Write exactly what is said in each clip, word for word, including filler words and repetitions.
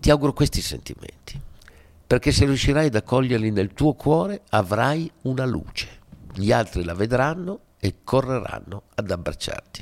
ti auguro questi sentimenti, perché se riuscirai ad accoglierli nel tuo cuore avrai una luce, gli altri la vedranno e correranno ad abbracciarti.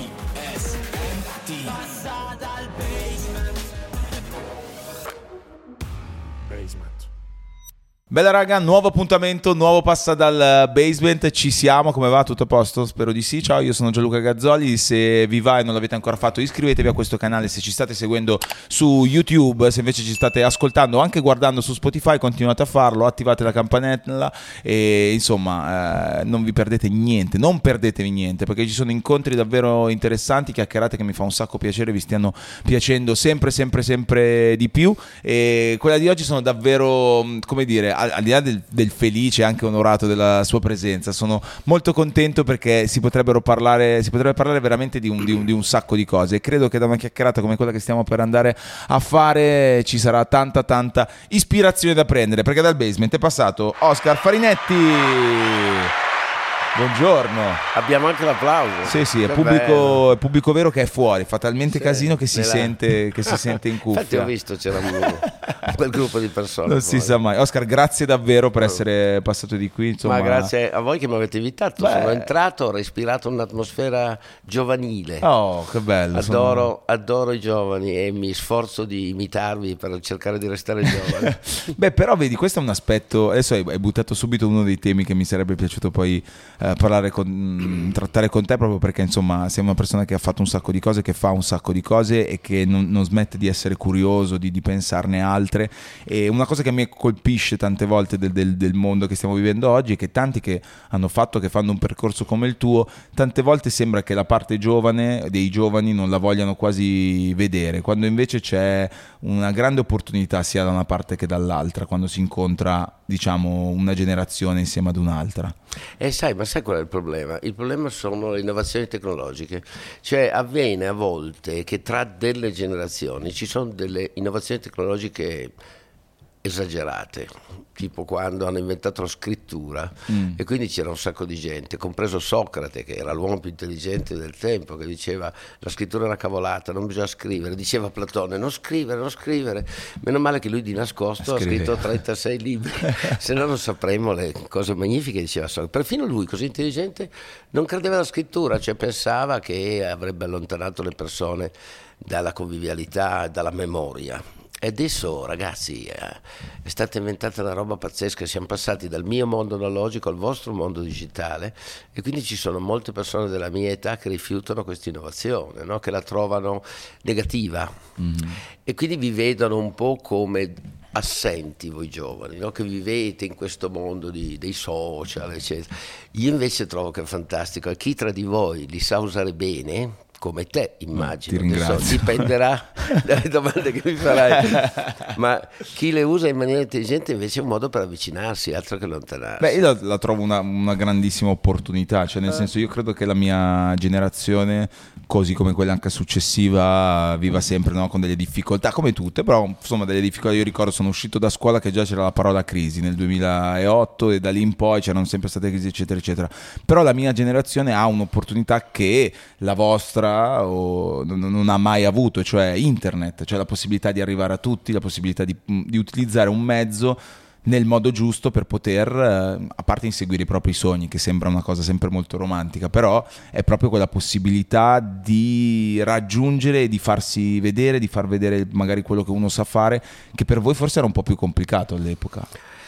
Bella raga, nuovo appuntamento, nuovo Passa dal Basement, ci siamo, come va? Tutto a posto? Spero di sì. Ciao, io sono Gianluca Gazzoli, se vi va e non l'avete ancora fatto iscrivetevi a questo canale se ci state seguendo su YouTube, se invece ci state ascoltando o anche guardando su Spotify continuate a farlo, attivate la campanella e insomma eh, non vi perdete niente, non perdetevi niente perché ci sono incontri davvero interessanti, chiacchierate che mi fa un sacco piacere, vi stiano piacendo sempre sempre sempre di più e quella di oggi sono davvero, come dire, al di là del, del felice e anche onorato della sua presenza, sono molto contento perché si potrebbero parlare, si potrebbe parlare veramente di un, di, un, di un sacco di cose e credo che da una chiacchierata come quella che stiamo per andare a fare ci sarà tanta tanta ispirazione da prendere, perché dal Basement è passato Oscar Farinetti. Buongiorno. Abbiamo anche l'applauso. Sì, sì, è pubblico, è pubblico vero che è fuori, fa talmente sì, casino che si, nella... sente, che si sente in cuffia. Infatti ho visto, c'era un quel gruppo di persone. Non si sa mai. Oscar, grazie davvero per essere passato di qui. Insomma. Ma grazie a voi che mi avete invitato. Beh. Sono entrato, ho respirato un'atmosfera giovanile. Oh, che bello. Adoro, sono... adoro i giovani e mi sforzo di imitarvi per cercare di restare giovane. Beh, però vedi, questo è un aspetto. Adesso hai, hai buttato subito uno dei temi che mi sarebbe piaciuto poi eh, parlare con, trattare con te, proprio perché insomma sei una persona che ha fatto un sacco di cose, che fa un sacco di cose e che non, non smette di essere curioso, di, di pensarne altre. E una cosa che mi colpisce tante volte del, del, del mondo che stiamo vivendo oggi è che tanti che hanno fatto, che fanno un percorso come il tuo, tante volte sembra che la parte giovane dei giovani non la vogliano quasi vedere, quando invece c'è una grande opportunità sia da una parte che dall'altra quando si incontra, diciamo, una generazione insieme ad un'altra. E sai, ma sai qual è il problema? Il problema sono le innovazioni tecnologiche, cioè avviene a volte che tra delle generazioni ci sono delle innovazioni tecnologiche esagerate, tipo quando hanno inventato la scrittura mm. e quindi c'era un sacco di gente, compreso Socrate che era l'uomo più intelligente del tempo, che diceva la scrittura è una cavolata, non bisogna scrivere, diceva Platone non scrivere, non scrivere, meno male che lui di nascosto Scrive. ha scritto trentasei libri, se no non sapremmo le cose magnifiche che diceva Socrate. Perfino lui, così intelligente, non credeva alla scrittura, cioè pensava che avrebbe allontanato le persone dalla convivialità, dalla memoria. E adesso ragazzi è stata inventata una roba pazzesca, siamo passati dal mio mondo analogico al vostro mondo digitale e quindi ci sono molte persone della mia età che rifiutano questa innovazione, no? Che la trovano negativa mm-hmm. e quindi vi vedono un po' come assenti voi giovani, no? Che vivete in questo mondo di, dei social eccetera. Io invece trovo che è fantastico e chi tra di voi li sa usare bene come te, immagino, ti ringrazio. So, dipenderà dalle domande che mi farai, ma chi le usa in maniera intelligente invece è un modo per avvicinarsi, altro che allontanarsi. Beh, io la, la trovo una, una grandissima opportunità, cioè nel eh. senso io credo che la mia generazione, così come quella anche successiva, viva sempre, no? Con delle difficoltà, come tutte, però insomma delle difficoltà. Io ricordo, sono uscito da scuola che già c'era la parola crisi nel duemilaotto e da lì in poi c'erano sempre state crisi eccetera eccetera, però la mia generazione ha un'opportunità che la vostra o non ha mai avuto, cioè internet, cioè la possibilità di arrivare a tutti, la possibilità di, di utilizzare un mezzo nel modo giusto per poter, eh, a parte inseguire i propri sogni, che sembra una cosa sempre molto romantica, però è proprio quella possibilità di raggiungere e di farsi vedere, di far vedere magari quello che uno sa fare, che per voi forse era un po' più complicato all'epoca.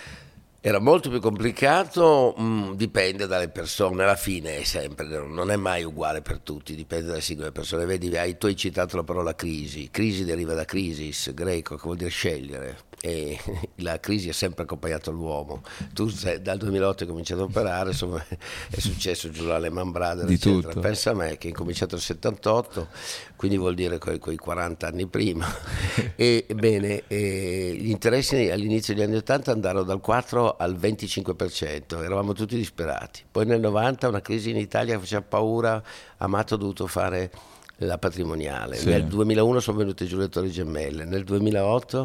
Era molto più complicato, mh, dipende dalle persone, alla fine è sempre, non è mai uguale per tutti, dipende dalle singole persone. Vedi, hai, tu hai citato la parola crisi, crisi deriva da crisis, greco, che vuol dire scegliere, e la crisi è sempre accompagnata all'uomo. Tu sei, dal duemilaotto hai cominciato a operare, insomma è successo giù la Lehman Brothers, di eccetera. Tutto. Pensa a me che ho incominciato nel settantotto, quindi vuol dire quei, quei quaranta anni prima. E bene, e gli interessi all'inizio degli anni ottanta andarono dal quattro al venticinque per cento, eravamo tutti disperati. Poi nel novanta una crisi in Italia che faceva paura, Amato ha dovuto fare la patrimoniale. Sì. Nel duemilauno sono venute giù le Torri Gemelle, nel duemilaotto,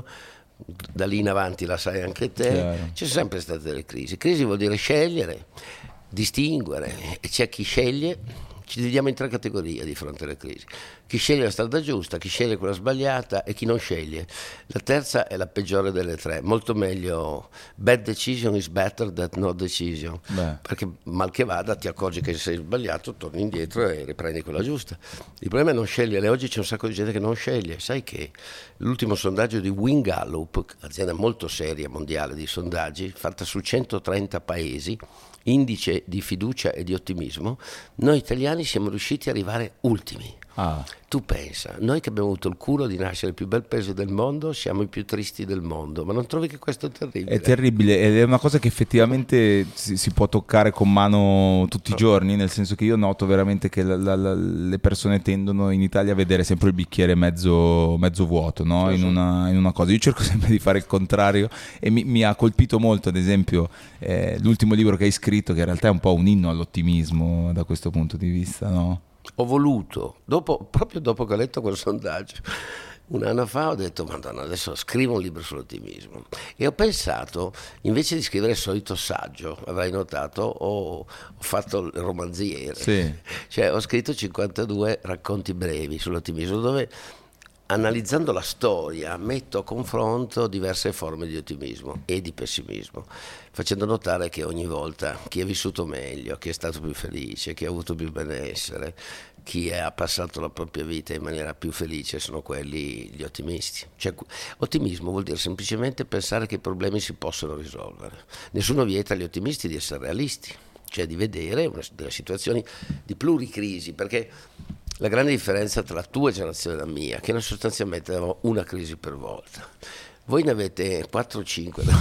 da lì in avanti la sai anche te, chiaro. Ci sono sempre state delle crisi. Crisi vuol dire scegliere, distinguere, e c'è chi sceglie. Ci dividiamo in tre categorie di fronte alle crisi. Chi sceglie la strada giusta, chi sceglie quella sbagliata e chi non sceglie. La terza è la peggiore delle tre, molto meglio bad decision is better than no decision. Beh. Perché mal che vada ti accorgi che sei sbagliato, torni indietro e riprendi quella giusta. Il problema è non scegliere, oggi c'è un sacco di gente che non sceglie. Sai che l'ultimo sondaggio di Wing Gallup, azienda molto seria mondiale di sondaggi, fatta su centotrenta paesi, indice di fiducia e di ottimismo, noi italiani siamo riusciti ad arrivare ultimi. Ah. Tu pensa, noi che abbiamo avuto il culo di nascere il più bel paese del mondo, siamo i più tristi del mondo, ma non trovi che questo è terribile? È terribile ed è una cosa che effettivamente si, si può toccare con mano tutti i giorni, nel senso che io noto veramente che la, la, la, le persone tendono in Italia a vedere sempre il bicchiere mezzo, mezzo vuoto, no? in, una, in una cosa. Io cerco sempre di fare il contrario e mi, mi ha colpito molto, ad esempio, eh, l'ultimo libro che hai scritto, che in realtà è un po' un inno all'ottimismo da questo punto di vista, no? Ho voluto, dopo, proprio dopo che ho letto quel sondaggio, un anno fa ho detto, Madonna, adesso scrivo un libro sull'ottimismo. E ho pensato, invece di scrivere il solito saggio, avrai notato, ho, ho fatto il romanziere. Sì. Cioè ho scritto cinquantadue racconti brevi sull'ottimismo, dove analizzando la storia metto a confronto diverse forme di ottimismo e di pessimismo, facendo notare che ogni volta chi ha vissuto meglio, chi è stato più felice, chi ha avuto più benessere, chi ha passato la propria vita in maniera più felice sono quelli gli ottimisti. Cioè, ottimismo vuol dire semplicemente pensare che i problemi si possono risolvere. Nessuno vieta agli ottimisti di essere realisti, cioè di vedere una, delle situazioni di pluricrisi, perché la grande differenza tra la tua generazione e la mia, che noi sostanzialmente avevamo una crisi per volta, voi ne avete quattro o cinque, no?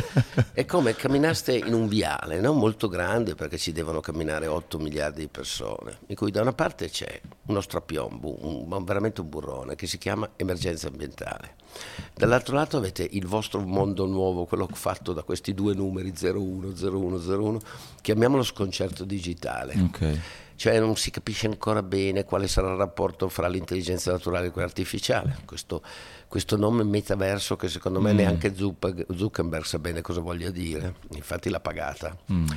È come camminaste in un viale, no? Molto grande, perché ci devono camminare otto miliardi di persone, in cui da una parte c'è uno strapiombo, un, veramente un burrone, che si chiama emergenza ambientale. Dall'altro lato avete il vostro mondo nuovo, quello fatto da questi due numeri zero uno zero uno zero uno, chiamiamolo sconcerto digitale. Ok. Cioè non si capisce ancora bene quale sarà il rapporto fra l'intelligenza naturale e quella artificiale. Questo, questo nome metaverso che secondo me mm. neanche Zuckerberg sa bene cosa voglia dire, infatti l'ha pagata. Mm.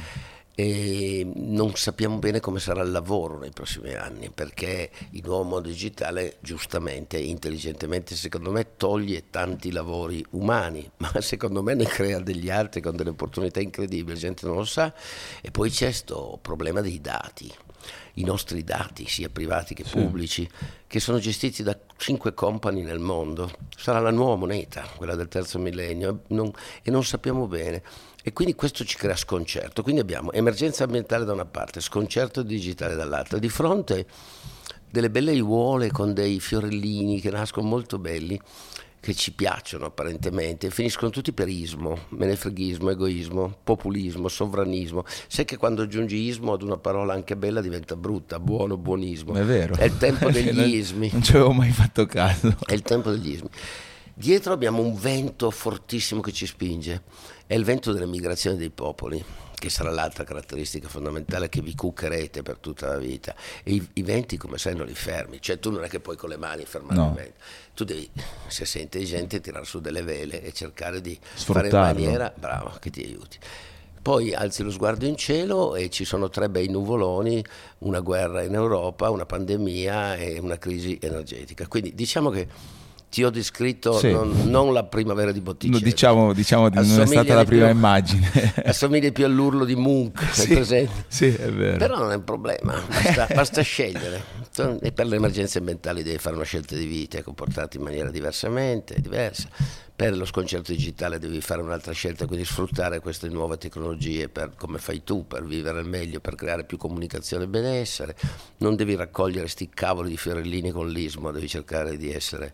E non sappiamo bene come sarà il lavoro nei prossimi anni, perché il nuovo mondo digitale giustamente e intelligentemente secondo me toglie tanti lavori umani, ma secondo me ne crea degli altri con delle opportunità incredibili, la gente non lo sa. E poi c'è questo problema dei dati, i nostri dati sia privati che pubblici, sì, che sono gestiti da cinque company nel mondo. Sarà la nuova moneta, quella del terzo millennio, non, e non sappiamo bene. E quindi questo ci crea sconcerto. Quindi abbiamo emergenza ambientale da una parte, sconcerto digitale dall'altra. Di fronte delle belle aiuole con dei fiorellini che nascono molto belli, che ci piacciono apparentemente, finiscono tutti per ismo, menefreghismo, egoismo, populismo, sovranismo. Sai che quando aggiungi ismo ad una parola anche bella diventa brutta, buono, buonismo. È vero. È il tempo degli ismi. Non ci avevo mai fatto caso. È il tempo degli ismi. Dietro abbiamo un vento fortissimo che ci spinge, è il vento delle migrazioni dei popoli, che sarà l'altra caratteristica fondamentale che vi cuccherete per tutta la vita. E i, i venti, come sai, non li fermi, cioè tu non è che puoi con le mani fermare no. il vento, tu devi, se sei intelligente, tirare su delle vele e cercare di Sfruttarlo. fare in maniera, bravo, che ti aiuti. Poi alzi lo sguardo in cielo e ci sono tre bei nuvoloni, una guerra in Europa, una pandemia e una crisi energetica. Quindi diciamo che ti ho descritto sì. non, non la primavera di Botticelli. No, diciamo, diciamo di non è stata la prima più, immagine. Assomiglia più all'urlo di Munch, sì, è presente? Sì, è vero. Però non è un problema, basta, basta scegliere. E per le emergenze ambientali devi fare una scelta di vita e comportarti in maniera diversamente, diversa. Per lo sconcerto digitale devi fare un'altra scelta, quindi sfruttare queste nuove tecnologie per, come fai tu, per vivere al meglio, per creare più comunicazione e benessere. Non devi raccogliere sti cavoli di fiorellini con l'ismo, devi cercare di essere...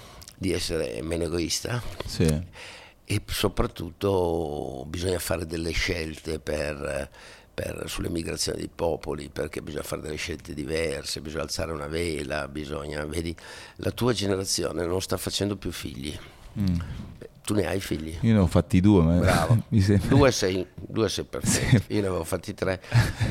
di essere meno egoista, sì. E soprattutto bisogna fare delle scelte per, per, sulle migrazioni dei popoli, perché bisogna fare delle scelte diverse, bisogna alzare una vela, bisogna, vedi, la tua generazione non sta facendo più figli. Mm. Tu ne hai figli? Io ne ho fatti due, ma bravo. Mi sembra... Due sei, due sei perfetto. Sì. Io ne avevo fatti tre.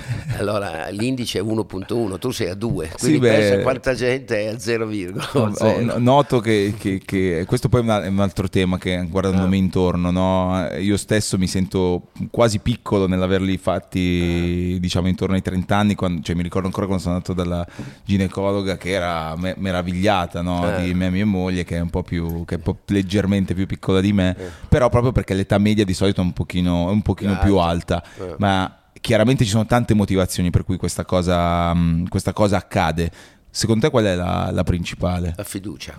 Allora l'indice è uno virgola uno, tu sei a due, quindi sì, pensa beh, quanta gente è a zero virgola zero. Noto che, che, che questo poi è un altro tema che guardandomi ah. intorno, no? Io stesso mi sento quasi piccolo nell'averli fatti, ah. diciamo, intorno ai trenta anni, quando, cioè, mi ricordo ancora quando sono andato dalla ginecologa che era me- meravigliata, no? ah. di mia, mia moglie, che è un po' più, che è un po' leggermente più piccola di me, eh. però proprio perché l'età media di solito è un pochino, è un pochino più alta, eh. ma chiaramente ci sono tante motivazioni per cui questa cosa, questa cosa accade. Secondo te qual è la, la principale? La fiducia.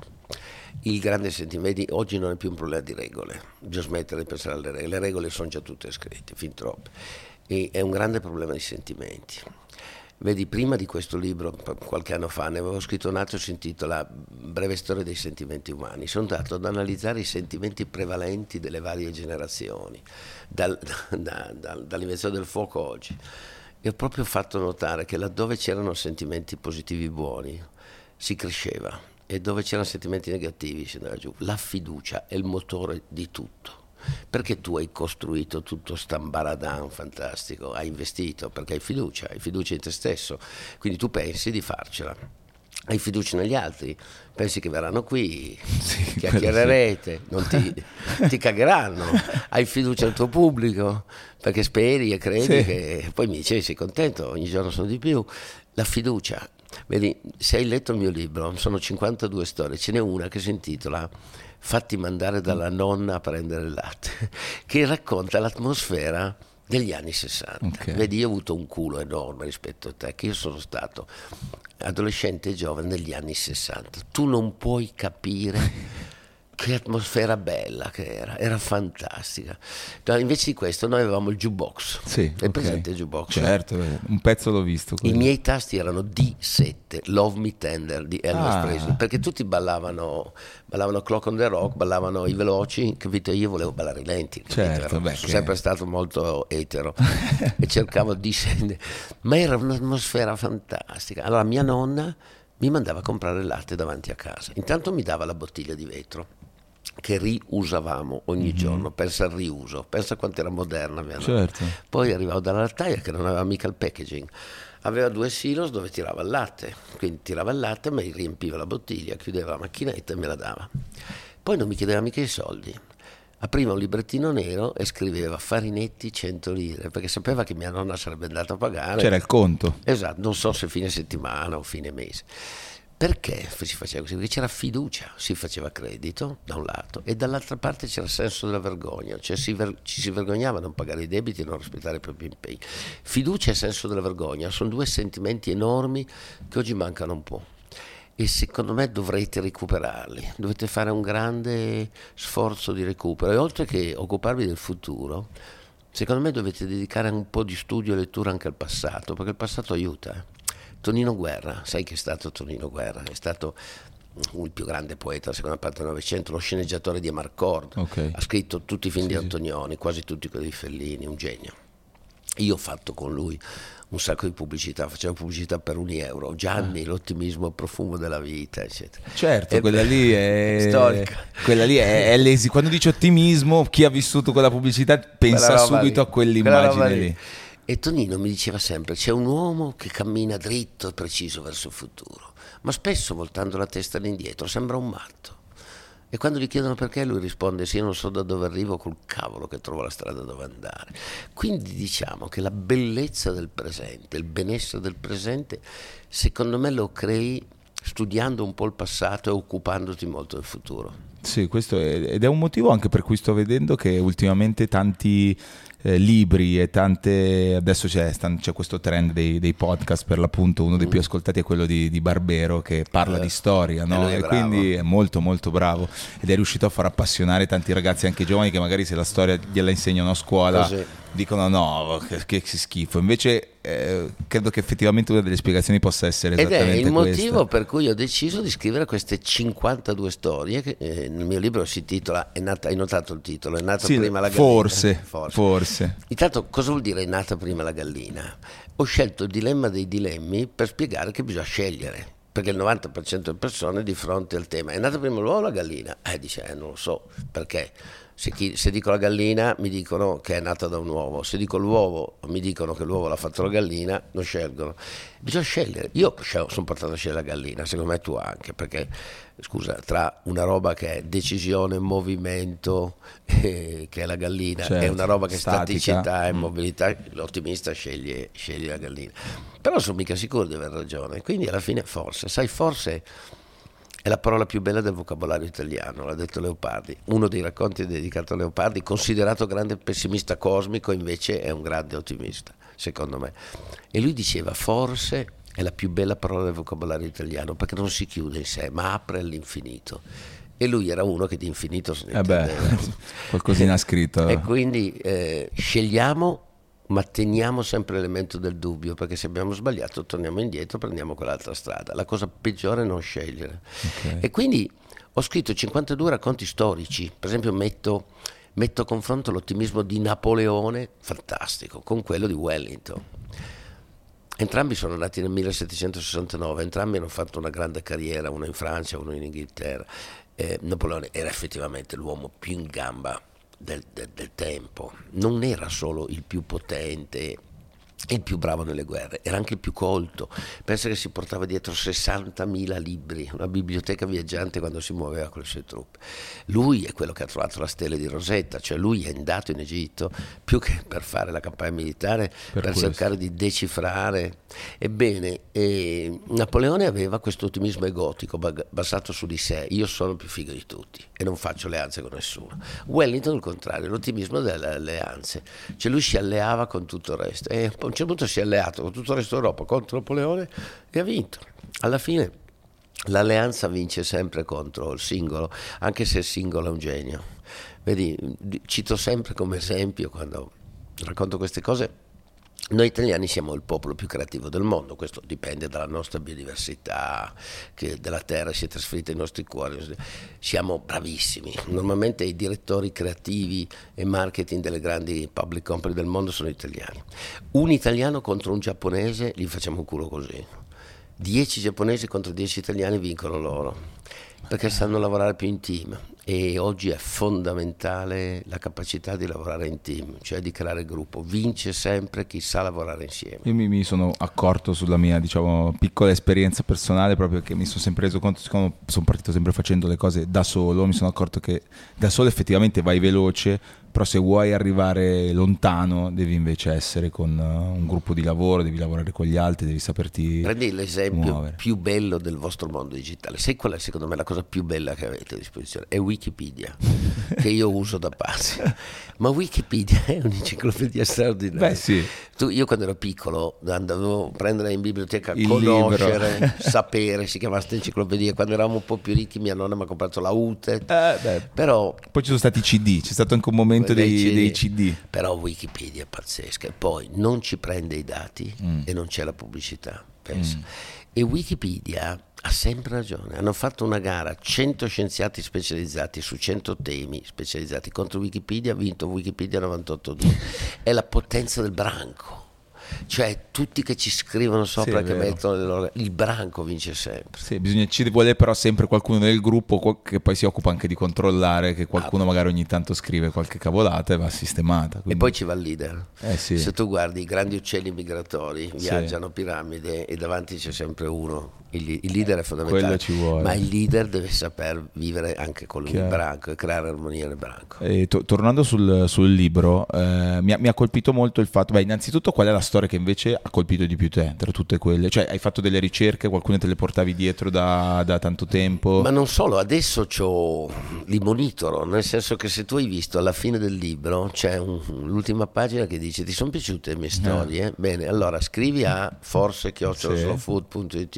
Il grande sentimento oggi non è più un problema di regole, bisogna smettere di pensare alle regole, le regole sono già tutte scritte, fin troppe, e è un grande problema di sentimenti. Vedi, prima di questo libro, qualche anno fa, ne avevo scritto un altro, si intitola Breve storia dei sentimenti umani. Sono andato ad analizzare i sentimenti prevalenti delle varie generazioni, dal, da, da, dall'invenzione del fuoco oggi. E ho proprio fatto notare che laddove c'erano sentimenti positivi buoni, si cresceva, e dove c'erano sentimenti negativi si andava giù. La fiducia è il motore di tutto. Perché tu hai costruito tutto stambaradan fantastico, hai investito perché hai fiducia, hai fiducia in te stesso, quindi tu pensi di farcela, hai fiducia negli altri, pensi che verranno qui, sì, chiacchiererete, sì. non ti, ti cagheranno, hai fiducia nel tuo pubblico perché speri e credi sì. che poi mi dicevi sei contento, ogni giorno sono di più. La fiducia, vedi, se hai letto il mio libro, sono cinquantadue storie, ce n'è una che si intitola Fatti mandare dalla nonna a prendere il latte, che racconta l'atmosfera degli anni sessanta. Okay. Vedi, io ho avuto un culo enorme rispetto a te, che io sono stato adolescente e giovane negli anni sessanta. Tu non puoi capire che atmosfera bella che era, era fantastica. Invece di questo noi avevamo il jukebox. Sì, è okay. presente il jukebox? Certo, un pezzo l'ho visto. Quello. I miei tasti erano D sette, Love Me Tender di Elvis ah. Presley, perché tutti ballavano, ballavano Clock on the Rock, ballavano i veloci, capito? Io volevo ballare i lenti, certo, beh, sono che... sempre stato molto etero e cercavo di scendere, ma era un'atmosfera fantastica. Allora mia nonna mi mandava a comprare il latte davanti a casa, intanto mi dava la bottiglia di vetro che riusavamo ogni mm-hmm. giorno, pensa al riuso, pensa quanto era moderna mia certo. nonna. Poi arrivavo dalla lattaia che non aveva mica il packaging, aveva due silos dove tirava il latte, quindi tirava il latte, mi riempiva la bottiglia, chiudeva la macchinetta e me la dava. Poi non mi chiedeva mica i soldi, apriva un librettino nero e scriveva Farinetti cento lire, perché sapeva che mia nonna sarebbe andata a pagare. C'era il conto. Esatto, non so se fine settimana o fine mese. Perché si faceva così? Perché c'era fiducia, si faceva credito da un lato e dall'altra parte c'era senso della vergogna, cioè si ver- ci si vergognava a non pagare i debiti e non rispettare i propri impegni. Fiducia e senso della vergogna sono due sentimenti enormi che oggi mancano un po' e secondo me dovrete recuperarli, dovete fare un grande sforzo di recupero e oltre che occuparvi del futuro, secondo me dovete dedicare un po' di studio e lettura anche al passato, perché il passato aiuta. Eh. Tonino Guerra, sai che è stato Tonino Guerra? È stato il più grande poeta della seconda parte del Novecento, lo sceneggiatore di Amarcord, okay. ha scritto tutti i film sì, di Antonioni, quasi tutti quelli di Fellini, un genio. Io ho fatto con lui un sacco di pubblicità, facevo pubblicità per un euro, Gianni, ah. l'ottimismo, il profumo della vita, eccetera. Certo, e quella, lì è, storica. quella lì è, è l'esi. Quando dice ottimismo, chi ha vissuto quella pubblicità pensa subito lì, a quell'immagine lì. lì. E Tonino mi diceva sempre, c'è un uomo che cammina dritto e preciso verso il futuro, ma spesso voltando la testa all'indietro sembra un matto. E quando gli chiedono perché lui risponde, sì, io non so da dove arrivo, col cavolo che trovo la strada dove andare. Quindi diciamo che la bellezza del presente, il benessere del presente, secondo me lo crei studiando un po' il passato e occupandoti molto del futuro. Sì, questo è, ed è un motivo anche per cui sto vedendo che ultimamente tanti eh, libri e tante, adesso c'è, c'è questo trend dei, dei podcast, per l'appunto uno dei più ascoltati è quello di, di Barbero, che parla eh, di storia, no? E quindi è molto molto bravo ed è riuscito a far appassionare tanti ragazzi anche giovani che magari se la storia gliela insegnano a scuola così dicono no, che, che schifo. Invece eh, credo che effettivamente una delle spiegazioni possa essere esattamente questa. Ed è il motivo questa. per cui ho deciso di scrivere queste cinquantadue storie che eh, nel mio libro si intitola, è nata, hai notato il titolo, è nata sì, prima la gallina. Forse, forse, forse. Intanto cosa vuol dire è nata prima la gallina? Ho scelto il dilemma dei dilemmi per spiegare che bisogna scegliere. perché il novanta per cento delle persone di fronte al tema: è nata prima l'uovo o la gallina? Eh, dice, eh, non lo so, perché se, chi, se dico la gallina mi dicono che è nata da un uovo, se dico l'uovo mi dicono che l'uovo l'ha fatto la gallina, non scelgono. Bisogna scegliere. Io sono portato a scegliere la gallina, secondo me tu anche, perché scusa, tra una roba che è decisione, movimento, eh, che è la gallina, certo, e una roba che è statica. staticità e mm. mobilità, l'ottimista sceglie, sceglie la gallina. Però sono mica sicuro di aver ragione, quindi alla fine forse, sai, forse è la parola più bella del vocabolario italiano, l'ha detto Leopardi. Uno dei racconti è dedicato a Leopardi, considerato grande pessimista cosmico, invece è un grande ottimista, secondo me. E lui diceva: forse è la più bella parola del vocabolario italiano, perché non si chiude in sé, ma apre all'infinito. E lui era uno che di infinito se ne Eh beh, intendeva. qualcosina ha scritto. E quindi eh, scegliamo, ma teniamo sempre l'elemento del dubbio, perché se abbiamo sbagliato torniamo indietro, prendiamo quell'altra strada. La cosa peggiore è non scegliere. Okay. E quindi ho scritto cinquantadue racconti storici. Per esempio metto, metto a confronto l'ottimismo di Napoleone, fantastico, con quello di Wellington. Entrambi sono nati nel millesettecentosessantanove, entrambi hanno fatto una grande carriera, uno in Francia, uno in Inghilterra. Eh, Napoleone era effettivamente l'uomo più in gamba Del, del, del tempo, non era solo il più potente, il più bravo nelle guerre, era anche il più colto. Pensa che si portava dietro sessantamila libri, una biblioteca viaggiante quando si muoveva con le sue truppe. Lui è quello che ha trovato la stella di Rosetta, cioè lui è andato in Egitto più che per fare la campagna militare, per, per cercare di decifrare. Ebbene, eh, Napoleone aveva questo ottimismo egotico basato su di sé: io sono più figo di tutti e non faccio alleanze con nessuno. Wellington il contrario, l'ottimismo delle alleanze, cioè lui si alleava con tutto il resto e a un certo punto si è alleato con tutto il resto d'Europa contro Napoleone e ha vinto. Alla fine l'alleanza vince sempre contro il singolo, anche se il singolo è un genio. Vedi, cito sempre come esempio, quando racconto queste cose, noi italiani siamo il popolo più creativo del mondo, questo dipende dalla nostra biodiversità, che della terra si è trasferita ai nostri cuori. Siamo bravissimi, normalmente i direttori creativi e marketing delle grandi public company del mondo sono italiani. Un italiano contro un giapponese gli facciamo un culo così, dieci giapponesi contro dieci italiani vincono loro, perché sanno lavorare più in team. E oggi è fondamentale la capacità di lavorare in team, cioè di creare gruppo. Vince sempre chi sa lavorare insieme. Io mi, mi sono accorto sulla mia, diciamo, piccola esperienza personale, proprio che mi sono sempre reso conto, siccome sono partito sempre facendo le cose da solo, mi sono accorto che da solo effettivamente vai veloce, però se vuoi arrivare lontano devi invece essere con un gruppo di lavoro, devi lavorare con gli altri, devi saperti Prendi l'esempio muovere. più bello del vostro mondo digitale. Sai qual è secondo me la cosa più bella che avete a disposizione? È Wikipedia, che io uso da pazzi. Ma Wikipedia è un'enciclopedia straordinaria. Beh sì. Tu, io quando ero piccolo andavo a prendere in biblioteca, Il conoscere, libro. sapere, si chiamava questa enciclopedia. Quando eravamo un po' più ricchi mia nonna mi ha comprato la U T E T, Eh, beh. però Poi ci sono stati i C D, c'è stato anche un momento dei, C D. dei C D. Però Wikipedia è pazzesca, e poi non ci prende i dati Mm. e non c'è la pubblicità, pensa. Mm. E Wikipedia ha sempre ragione. Hanno fatto una gara, cento scienziati specializzati su cento temi specializzati contro Wikipedia, ha vinto Wikipedia novantotto a due. È la potenza del branco. Cioè tutti che ci scrivono sopra, Sì, che vero. mettono le loro... il branco vince sempre. Sì, bisogna, ci vuole però sempre qualcuno nel gruppo qual- che poi si occupa anche di controllare che qualcuno magari ogni tanto scrive qualche cavolata e va sistemata. E quindi- poi ci va il leader. Eh sì. Se tu guardi i grandi uccelli migratori, viaggiano a piramide e davanti c'è sempre uno. Il, il leader è fondamentale, Quello ci vuole. ma il leader deve saper vivere anche con il Chiaro. branco e creare armonia nel branco. E to- tornando sul, sul libro, eh, mi, ha, mi ha colpito molto il fatto, beh, innanzitutto qual è la storia che invece ha colpito di più te tra tutte quelle? Cioè hai fatto delle ricerche, qualcune te le portavi dietro da, da tanto tempo? Ma non solo, adesso c'ho, li monitoro, nel senso che se tu hai visto alla fine del libro c'è un, l'ultima pagina che dice: ti sono piaciute le mie storie? Eh. Bene, allora scrivi a forse chiocciola slow food punto it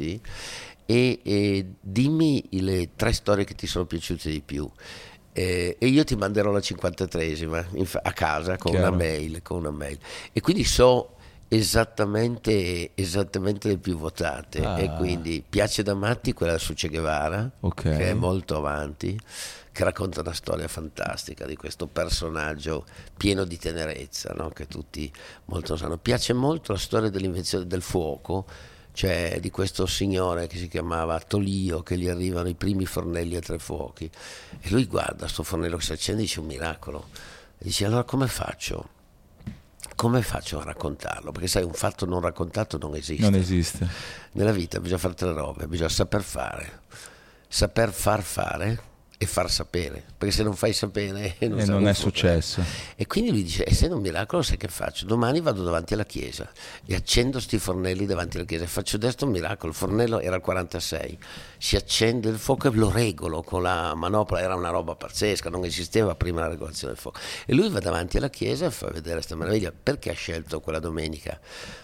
e, e dimmi le tre storie che ti sono piaciute di più. Eh, e io ti manderò la cinquantatreesima inf- a casa con Chiaro. una mail, con una mail. E quindi so esattamente, esattamente le più votate. Ah. E quindi piace da matti quella su Che Guevara, Ok. che è molto avanti, che racconta una storia fantastica di questo personaggio pieno di tenerezza, no? Che tutti molto sanno. Piace molto la storia dell'invenzione del fuoco, cioè di questo signore che si chiamava Tolio, che gli arrivano i primi fornelli a tre fuochi e lui guarda sto fornello che si accende e dice un miracolo, e dice allora come faccio? Come faccio a raccontarlo? Perché sai, un fatto non raccontato non esiste. Non esiste. Nella vita bisogna fare tre robe, bisogna saper fare, saper far fare e far sapere, perché se non fai sapere non, e non è successo. E quindi lui dice, essendo un miracolo sai che faccio? Domani vado davanti alla chiesa e accendo sti fornelli davanti alla chiesa e faccio adesso un miracolo. Il fornello era il quarantasei, si accende il fuoco e lo regolo con la manopola, era una roba pazzesca, non esisteva prima la regolazione del fuoco, e lui va davanti alla chiesa e fa vedere questa meraviglia. Perché ha scelto quella domenica?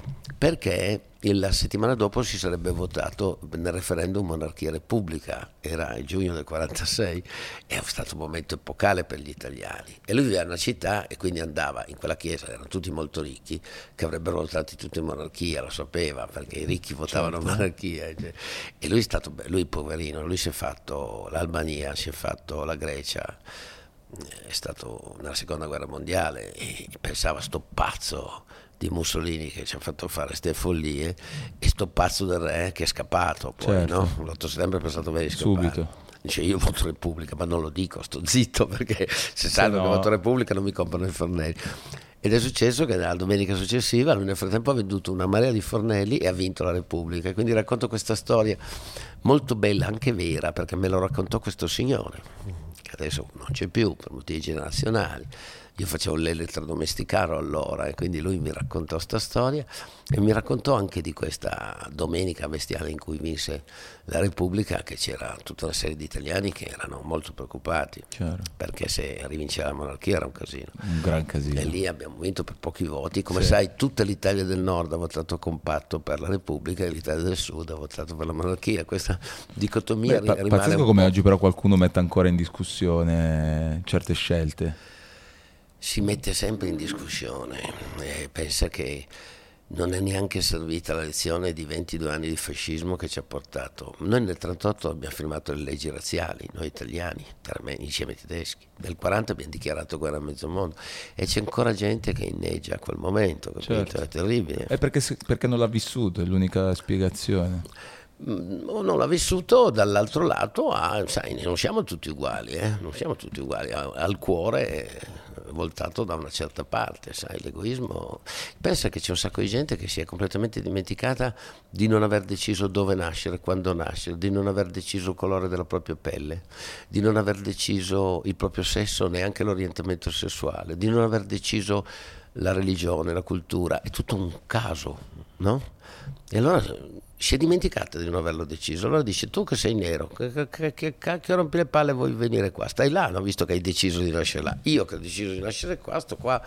Perché la settimana dopo si sarebbe votato nel referendum monarchia-repubblica, era il giugno del quarantasei, è stato un momento epocale per gli italiani, e lui viveva in una città e quindi andava in quella chiesa, erano tutti molto ricchi che avrebbero votato tutti in monarchia, lo sapeva perché i ricchi votavano certo. monarchia, cioè. E lui è stato, lui poverino, lui si è fatto l'Albania, si è fatto la Grecia, è stato nella seconda guerra mondiale e pensava sto pazzo di Mussolini che ci ha fatto fare ste follie e sto pazzo del re che è scappato poi, certo. no? l'otto settembre è pensato bene di scappare. Subito. Dice io voto Repubblica, ma non lo dico, sto zitto perché se sanno no. che voto Repubblica non mi comprano i fornelli. Ed è successo che la domenica successiva lui nel frattempo ha venduto una marea di fornelli e ha vinto la Repubblica. Quindi racconto questa storia molto bella, anche vera, perché me lo raccontò questo signore che adesso non c'è più per motivi generazionali. Io facevo l'elettrodomesticaro allora e quindi lui mi raccontò sta storia e mi raccontò anche di questa domenica bestiale in cui vinse la Repubblica, che c'era tutta una serie di italiani che erano molto preoccupati, Chiaro. perché se rivinceva la monarchia era un casino. Un gran casino. E lì abbiamo vinto per pochi voti. Come sì. sai, tutta l'Italia del Nord ha votato compatto per la Repubblica e l'Italia del Sud ha votato per la monarchia. Questa dicotomia Beh, pa- rimane pazzesco come oggi però qualcuno mette ancora in discussione certe scelte. Si mette sempre in discussione e pensa che non è neanche servita la lezione di ventidue anni di fascismo che ci ha portato. Noi nel trentotto abbiamo firmato le leggi razziali, noi italiani, insieme ai tedeschi. Nel quaranta abbiamo dichiarato guerra a mezzo mondo e c'è ancora gente che inneggia a quel momento, capito? Certo. È terribile. È perché, perché non l'ha vissuto, è l'unica spiegazione. O non l'ha vissuto, dall'altro lato ha, sai, non siamo tutti uguali, eh? non siamo tutti uguali, al cuore voltato da una certa parte, sai, l'egoismo. Pensa che c'è un sacco di gente che si è completamente dimenticata di non aver deciso dove nascere, quando nascere, di non aver deciso il colore della propria pelle, di non aver deciso il proprio sesso, neanche l'orientamento sessuale, di non aver deciso la religione, la cultura, è tutto un caso, no? E allora si è dimenticata di non averlo deciso. Allora dice: tu che sei nero, che, che, che cacchio rompi le palle, vuoi venire qua? Stai là, no? Visto che hai deciso di nascere là. Io che ho deciso di nascere qua, sto qua.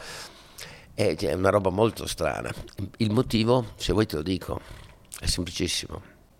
È, è una roba molto strana. Il motivo, se vuoi te lo dico, è semplicissimo.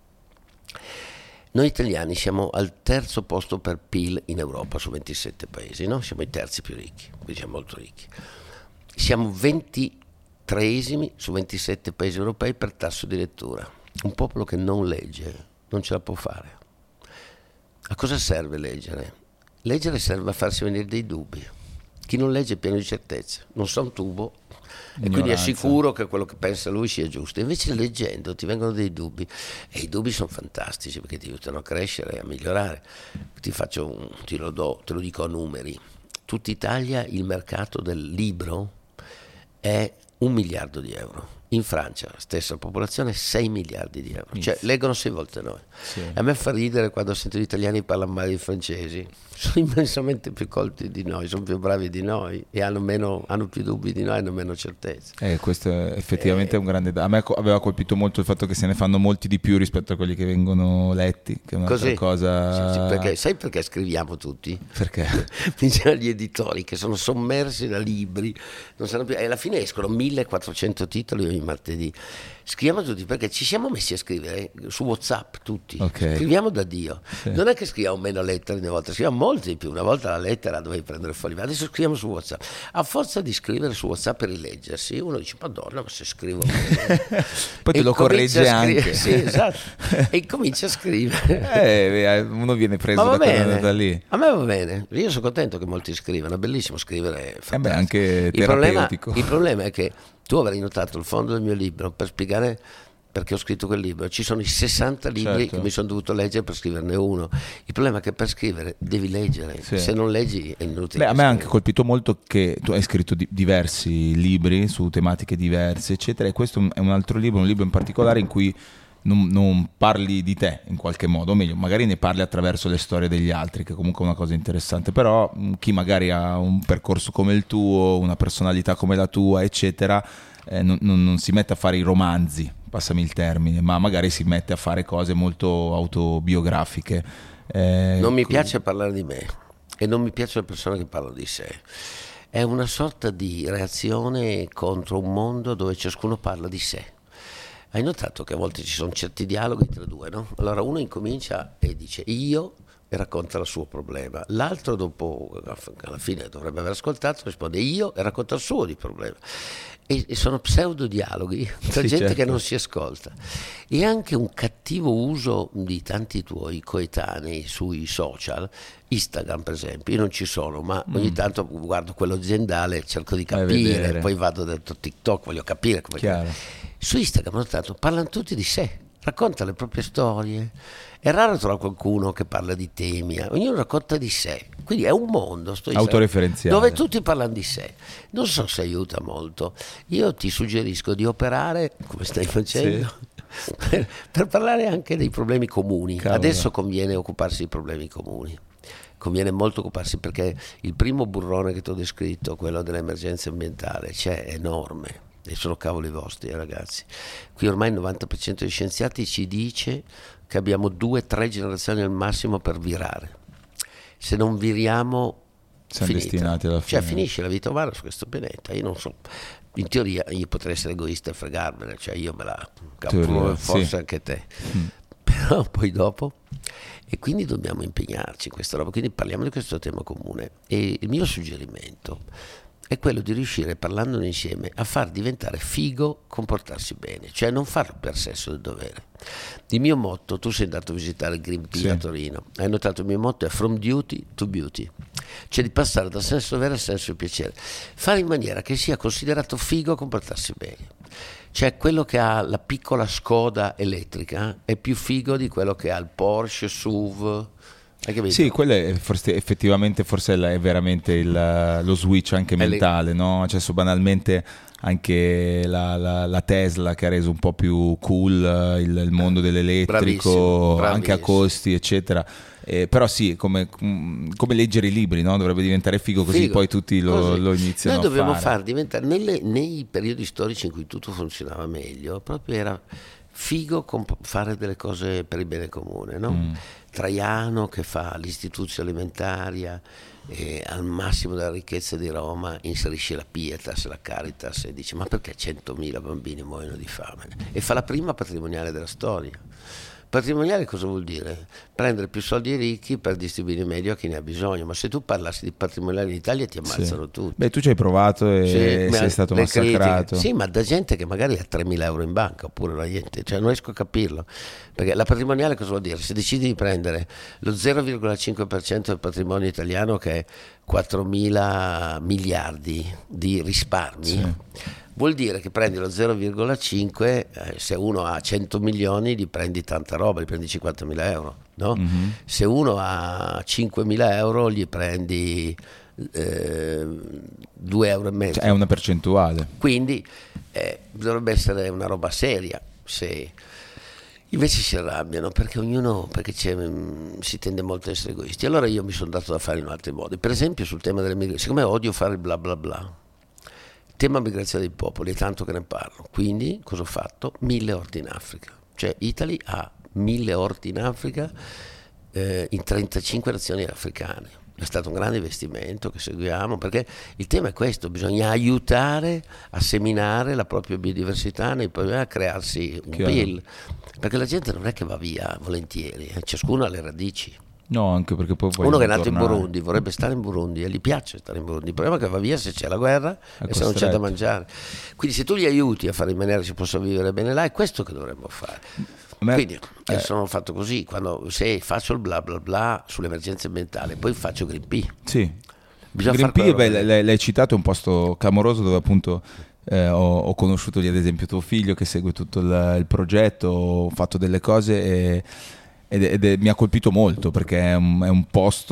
Noi italiani siamo al terzo posto per P I L in Europa su ventisette paesi, no? Siamo i terzi più ricchi, quindi siamo molto ricchi. Siamo ventitreesimi su ventisette paesi europei per tasso di lettura. Un popolo che non legge non ce la può fare. A cosa serve leggere? Leggere serve a farsi venire dei dubbi. Chi non legge è pieno di certezze, non sa un tubo e quindi è sicuro che quello che pensa lui sia giusto. Invece leggendo ti vengono dei dubbi e i dubbi sono fantastici perché ti aiutano a crescere, a migliorare. Ti faccio un, te lo do, te lo dico a numeri. Tutta Italia il mercato del libro è un miliardo di euro. In Francia, stessa popolazione, sei miliardi di euro. Cioè, leggono sei volte noi. Sì. A me fa ridere quando sento gli italiani parlare male dei francesi. Sono immensamente più colti di noi, sono più bravi di noi e hanno, meno, hanno più dubbi di noi, hanno meno certezze. Eh, questo è effettivamente eh, un grande... A me aveva colpito molto il fatto che se ne fanno molti di più rispetto a quelli che vengono letti, che è un'altra così, cosa... Sì, sì, perché, sai perché scriviamo tutti? Perché? Dicono gli editori che sono sommersi da libri, non sanno più, e alla fine escono millequattrocento titoli ogni martedì. Scriviamo tutti perché ci siamo messi a scrivere su WhatsApp tutti. Okay. Scriviamo da Dio. Sì. Non è che scriviamo meno lettere una volta, scriviamo molte di più. Una volta la lettera dovevi prendere fuori, ma adesso scriviamo su WhatsApp. A forza di scrivere su WhatsApp e rileggersi, uno dice: Madonna, ma se scrivo poi te lo corregge anche. Sì, esatto. E comincia a scrivere. Eh, uno viene preso da quella da lì. A me va bene. Io sono contento che molti scrivano, è bellissimo scrivere. Eh beh, anche il problema, il problema è che tu avrai notato il fondo del mio libro per spiegare perché ho scritto quel libro, ci sono i sessanta libri certo. che mi sono dovuto leggere per scriverne uno. Il problema è che per scrivere devi leggere, sì. se non leggi è inutile. Beh, a me ha anche colpito molto che tu hai scritto di- diversi libri su tematiche diverse, eccetera, e questo è un altro libro, un libro in particolare in cui non, non parli di te in qualche modo, o meglio, magari ne parli attraverso le storie degli altri, che comunque è una cosa interessante, però mh, chi magari ha un percorso come il tuo, una personalità come la tua, eccetera, eh, non, non, non si mette a fare i romanzi, passami il termine, ma magari si mette a fare cose molto autobiografiche. Eh, non mi quindi... piace parlare di me e non mi piacciono le persone che parlano di sé. È una sorta di reazione contro un mondo dove ciascuno parla di sé. Hai notato che a volte ci sono certi dialoghi tra due, no? Allora uno incomincia e dice io e racconta il suo problema, l'altro dopo alla fine dovrebbe aver ascoltato risponde io e racconta il suo di problema. E, e sono pseudo dialoghi tra sì, gente certo. che non si ascolta, e anche un cattivo uso di tanti tuoi coetanei sui social, Instagram per esempio. Io non ci sono, ma ogni mm. tanto guardo quello aziendale, cerco di capire, poi vado dentro TikTok, voglio capire come. Chiaro. Su Instagram ho notato, parlano tutti di sé, racconta le proprie storie. È raro trovare qualcuno che parla di temi, ognuno racconta di sé, quindi è un mondo sto autoreferenziale dove tutti parlano di sé. Non so se aiuta molto. Io ti suggerisco di operare come stai facendo sì. per, per parlare anche dei problemi comuni. Cavolo. Adesso conviene occuparsi dei problemi comuni, conviene molto occuparsi, perché il primo burrone che ti ho descritto, quello dell'emergenza ambientale, c'è, è enorme. E sono cavoli vostri, eh, ragazzi. Qui ormai il novanta per cento degli scienziati ci dice che abbiamo due, tre generazioni al massimo per virare. Se non viriamo, siamo finita. Destinati alla fine. Cioè finisce la vita umana su questo pianeta. Io non so, in teoria io potrei essere egoista e fregarmene, cioè io me la capo, forse sì. Anche te. Mm. Però poi dopo, e quindi dobbiamo impegnarci in questa roba. Quindi parliamo di questo tema comune. E il mio suggerimento è quello di riuscire, parlandone insieme, a far diventare figo comportarsi bene, cioè non farlo per senso del dovere. Il mio motto, tu sei andato a visitare il Greenpeace sì. a Torino, hai notato il mio motto è from duty to beauty, cioè di passare dal senso dovere al senso di piacere, fare in maniera che sia considerato figo comportarsi bene. Cioè quello che ha la piccola Skoda elettrica è più figo di quello che ha il Porsche, S U V. Sì, quello è forse, effettivamente forse è veramente il, lo switch anche mentale, no? Cioè so banalmente anche la, la, la Tesla che ha reso un po' più cool il, il mondo dell'elettrico, bravissimo, bravissimo. Anche a costi eccetera, eh, però sì, come, come leggere i libri, no? Dovrebbe diventare figo così figo. Poi tutti lo, lo iniziano a fare. Noi dobbiamo far diventare, nelle, nei periodi storici in cui tutto funzionava meglio, proprio era figo comp- fare delle cose per il bene comune, no? Mm. Traiano che fa l'istituzione alimentaria e al massimo della ricchezza di Roma inserisce la Pietas, la Caritas e dice ma perché centomila bambini muoiono di fame? E fa la prima patrimoniale della storia. Patrimoniale cosa vuol dire? Prendere più soldi ai ricchi per distribuire meglio a chi ne ha bisogno, ma se tu parlassi di patrimoniale in Italia ti ammazzano sì. tutti. Beh, tu ci hai provato e sì, sei stato massacrato. Critiche. Sì, ma da gente che magari ha tremila euro in banca oppure non ha niente, cioè non riesco a capirlo. Perché la patrimoniale cosa vuol dire? Se decidi di prendere lo zero virgola cinque per cento del patrimonio italiano, che è quattromila miliardi di risparmi, sì. vuol dire che prendi lo zero virgola cinque, eh, se uno ha cento milioni gli prendi tanta roba, gli prendi cinquantamila euro, no? Mm-hmm. Se uno ha cinquemila euro gli prendi eh, due euro e mezzo. Cioè è una percentuale. Quindi eh, dovrebbe essere una roba seria. Se invece si arrabbiano perché ognuno, perché c'è, mh, si tende molto a essere egoisti. Allora io mi sono dato da fare in altri modi. Per esempio sul tema delle migrazioni, siccome odio fare il bla bla bla, tema migrazione dei popoli, è tanto che ne parlo. Quindi cosa ho fatto? Mille orti in Africa. Cioè Italy ha mille orti in Africa eh, in trentacinque nazioni africane. È stato un grande investimento che seguiamo, perché il tema è questo: bisogna aiutare a seminare la propria biodiversità, nei, a crearsi un Chiaro. P I L, perché la gente non è che va via volentieri, eh. ciascuno ha le radici. No, anche perché poi uno che è nato tornare. in Burundi vorrebbe stare in Burundi e gli piace stare in Burundi, il problema è che va via se c'è la guerra è e costretto. Se non c'è da mangiare. Quindi se tu li aiuti a fare in maniera che si possa vivere bene là, è questo che dovremmo fare. Me, Quindi eh. sono fatto così, quando se faccio il bla bla bla sull'emergenza ambientale, poi faccio Greenpeace. Sì. Bisogna Greenpeace, beh, l'hai, l'hai citato, è un posto clamoroso dove appunto eh, ho, ho conosciuto lì ad esempio tuo figlio che segue tutto il, il progetto, ho fatto delle cose e, ed, ed è, mi ha colpito molto perché è un, è un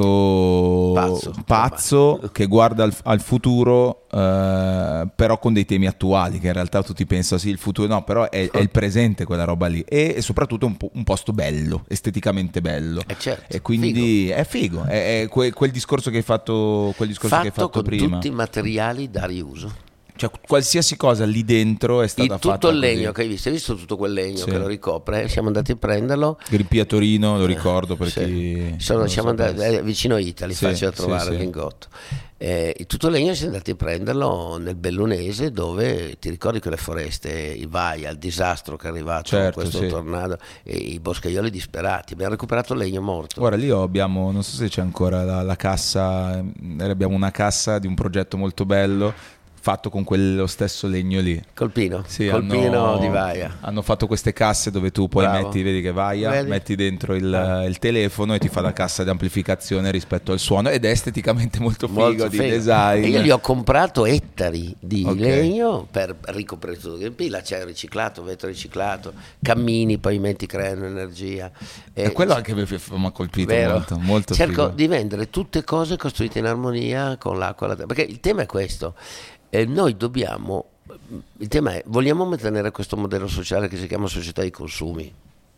posto Pazzo. pazzo che guarda al, al futuro, eh, però con dei temi attuali che in realtà tutti pensano sì il futuro, no, però è, è il presente quella roba lì, e, e soprattutto un, po- un posto bello, esteticamente bello, Eh certo, e quindi figo. è figo, è, è que- quel discorso che hai fatto, quel discorso Fatto che hai fatto con prima, tutti i materiali da riuso. cioè qualsiasi cosa lì dentro è stata Il, fatta tutto il legno così. che hai visto, hai visto tutto quel legno Sì. che lo ricopre? Siamo andati a prenderlo. Grippi a Torino, lo ricordo per Sì. chi Sono, non lo siamo andati sapesse. eh, vicino a Italy, Sì, facile da sì, trovare sì. il lingotto. Eh, tutto il legno siamo andati a prenderlo nel Bellunese, dove ti ricordi quelle foreste, i Vaia, il disastro che è arrivato, Certo, questo sì. tornado, e i boscaioli disperati. Abbiamo recuperato il legno morto. Guarda, lì abbiamo, non so se c'è ancora la, la cassa, eh, abbiamo una cassa di un progetto molto bello fatto con quello stesso legno lì. Colpino, Sì, Colpino hanno, di Vaia. hanno fatto queste casse dove tu poi Bravo. metti, vedi che Vaia, Vedi? metti dentro il, Ah. il telefono e ti fa la cassa di amplificazione rispetto al suono, ed è esteticamente molto figo, Molto di figo. design. E io gli ho comprato ettari di Ok. legno per ricoprire tutto il P, l'acciaio riciclato, vetro riciclato, cammini, pavimenti creano energia. E quello anche mi mi ha colpito Vero? molto, molto Cerco figo. di vendere tutte cose costruite in armonia con l'acqua, la terra, perché il tema è questo. Eh, noi dobbiamo, il tema è, vogliamo mantenere questo modello sociale che si chiama società di consumi.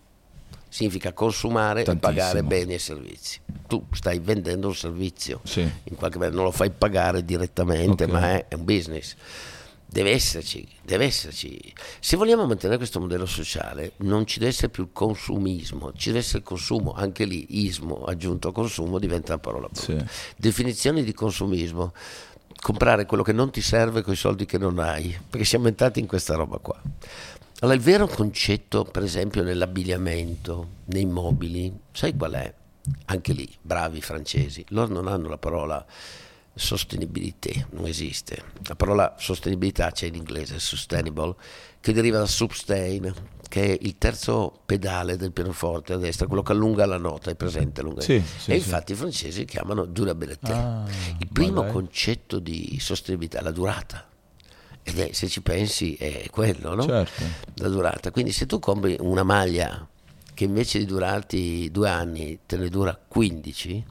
Significa consumare Tantissimo. e pagare beni e servizi. Tu stai vendendo un servizio, Sì. in qualche modo non lo fai pagare direttamente, Ok. ma è, è un business. Deve esserci, deve esserci. Se vogliamo mantenere questo modello sociale, non ci deve essere più il consumismo, ci deve essere il consumo. Anche lì, ismo aggiunto a consumo diventa una parola brutta. Sì. Definizioni di consumismo: comprare quello che non ti serve con i soldi che non hai, perché siamo entrati in questa roba qua. Allora, il vero concetto, per esempio, nell'abbigliamento, nei mobili, sai qual è? Anche lì, bravi i francesi, loro non hanno la parola sostenibilità, non esiste. La parola sostenibilità c'è in inglese, sustainable, che deriva da sustain, che è il terzo pedale del pianoforte a destra, quello che allunga la nota, è presente? Allunga. Sì, sì, e sì. infatti i francesi chiamano durabilité. Ah, Il primo ma dai. concetto di sostenibilità è la durata. Ed è, se ci pensi, è quello, no? Certo. La durata. Quindi se tu compri una maglia che invece di durarti due anni te ne dura quindici,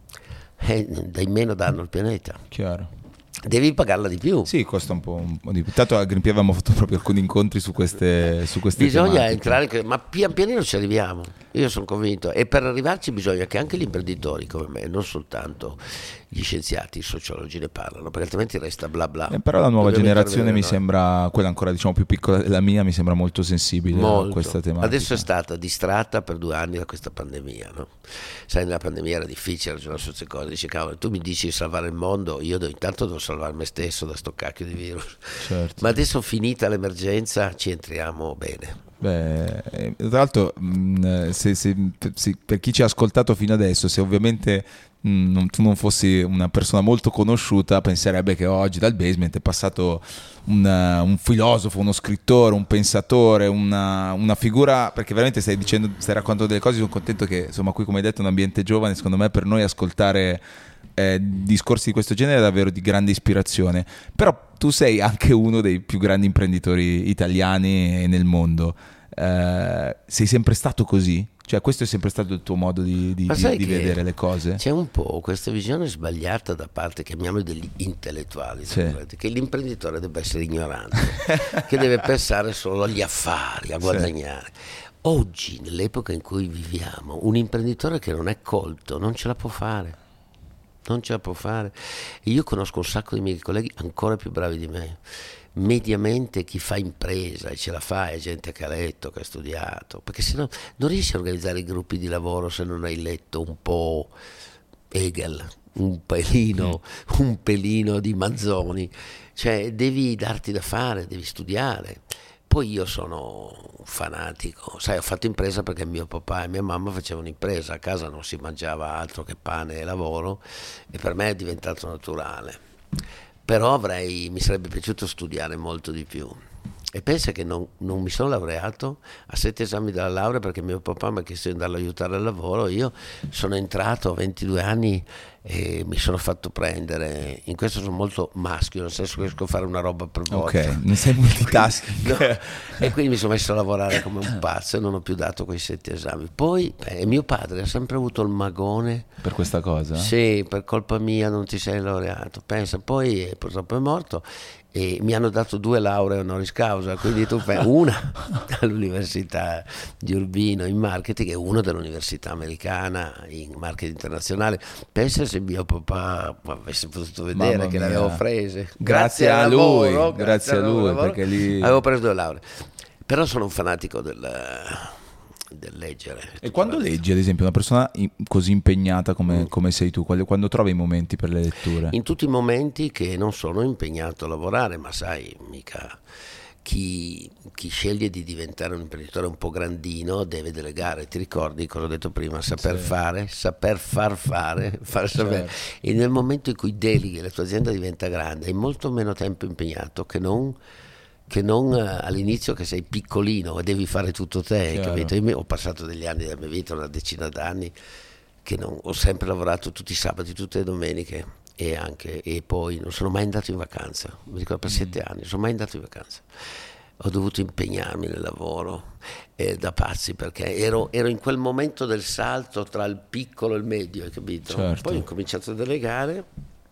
eh, dai meno danno al pianeta. Chiaro. Devi pagarla di più. Sì, costa un po', un po' di più. Tanto a Green P avevamo fatto proprio alcuni incontri su queste, su queste Bisogna tematiche. entrare, in- ma pian pianino ci arriviamo, io sono convinto, e per arrivarci bisogna che anche gli imprenditori come me, non soltanto gli scienziati, i sociologi ne parlano, perché altrimenti resta bla bla. Eh, però la nuova Dobbiamo generazione mi intervenire noi. sembra, quella ancora diciamo più piccola della mia, mi sembra molto sensibile Molto. a questa tematica. Adesso è stata distratta per due anni da questa pandemia, no? Sai, nella pandemia era difficile ragionare su queste cose, dici cavolo, tu mi dici di salvare il mondo, io devo, intanto devo salvare me stesso da sto cacchio di virus. Certo. Ma adesso finita l'emergenza ci entriamo bene. Beh, eh, tra l'altro, mh, se- se- se- per chi ci ha ascoltato fino adesso, se ovviamente mh, non- tu non fossi una persona molto conosciuta, penserebbe che oggi dal basement è passato un, un filosofo, uno scrittore, un pensatore, una, una figura, perché veramente stai dicendo, stai raccontando delle cose. Sono contento che, insomma, qui come hai detto è un ambiente giovane, secondo me per noi ascoltare eh, discorsi di questo genere è davvero di grande ispirazione. Però tu sei anche uno dei più grandi imprenditori italiani nel mondo. Eh, sei sempre stato così? Cioè questo è sempre stato il tuo modo di, di- Ma di- sai di che vedere le cose? C'è un po' questa visione sbagliata da parte, chiamiamoli degli intellettuali, Sì. tra virgolette, che l'imprenditore debba essere ignorante, che deve pensare solo agli affari, a guadagnare. Oggi, nell'epoca in cui viviamo, un imprenditore che non è colto non ce la può fare. Non ce la può fare. E io conosco un sacco di miei colleghi ancora più bravi di me. Mediamente chi fa impresa e ce la fa è gente che ha letto, che ha studiato, perché se no non riesci a organizzare i gruppi di lavoro se non hai letto un po' Hegel, un pelino, un pelino di Manzoni. Cioè devi darti da fare, devi studiare. Poi io sono un fanatico, sai, ho fatto impresa perché mio papà e mia mamma facevano impresa, a casa non si mangiava altro che pane e lavoro, e per me è diventato naturale. Però avrei, mi sarebbe piaciuto studiare molto di più. E pensa che non, non mi sono laureato a sette esami dalla laurea perché mio papà mi ha chiesto di andarlo a aiutare al lavoro. Io sono entrato a ventidue anni e mi sono fatto prendere. In questo sono molto maschio, nel senso che riesco a fare una roba per volta. Ok, non sei multitasking. No. E quindi mi sono messo a lavorare come un pazzo e non ho più dato quei sette esami. Poi eh, mio padre ha sempre avuto il magone. Per questa cosa? Sì, per colpa mia non ti sei laureato. Pensa, poi eh, purtroppo è morto. E mi hanno dato due lauree honoris causa, quindi tu fai una all'Università di Urbino in marketing e una dell'Università americana in marketing internazionale. Pensa se mio papà avesse potuto vedere Mamma che mia. le avevo prese. Grazie, Grazie a al lui, lavoro, grazie a al lui, lavoro, perché lì... avevo preso due lauree. Però sono un fanatico del, del leggere. E quando leggi, ad esempio, una persona in- così impegnata come, come sei tu, quando, quando trovi i momenti per le letture? In tutti i momenti che non sono impegnato a lavorare, ma sai, mica chi, chi sceglie di diventare un imprenditore un po' grandino deve delegare. Ti ricordi cosa ho detto prima? Saper Sì. fare, saper far fare, far sapere. Certo. E nel momento in cui deleghi, la tua azienda diventa grande, hai molto meno tempo impegnato che non... che non eh, all'inizio che sei piccolino e devi fare tutto te, Chiaro. capito? Io mi- ho passato degli anni della mia vita, una decina d'anni, che non, ho sempre lavorato tutti i sabati, tutte le domeniche e anche e poi non sono mai andato in vacanza, mi ricordo per sette anni, non sono mai andato in vacanza. Ho dovuto impegnarmi nel lavoro eh, da pazzi perché ero, ero in quel momento del salto tra il piccolo e il medio, hai capito? Certo. Poi ho cominciato a delegare.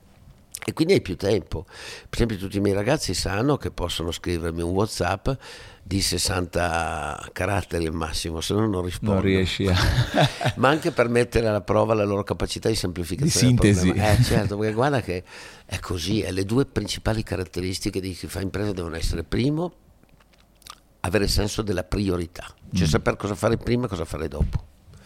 E quindi hai più tempo. Per esempio tutti i miei ragazzi sanno che possono scrivermi un WhatsApp di sessanta caratteri al massimo, se no non rispondo. Non riesci a... Ma anche per mettere alla prova la loro capacità di semplificazione Di del sintesi. problema. Eh certo, perché guarda che è così, eh, le due principali caratteristiche di chi fa impresa devono essere: primo, avere senso della priorità, cioè Mm. sapere cosa fare prima e cosa fare dopo.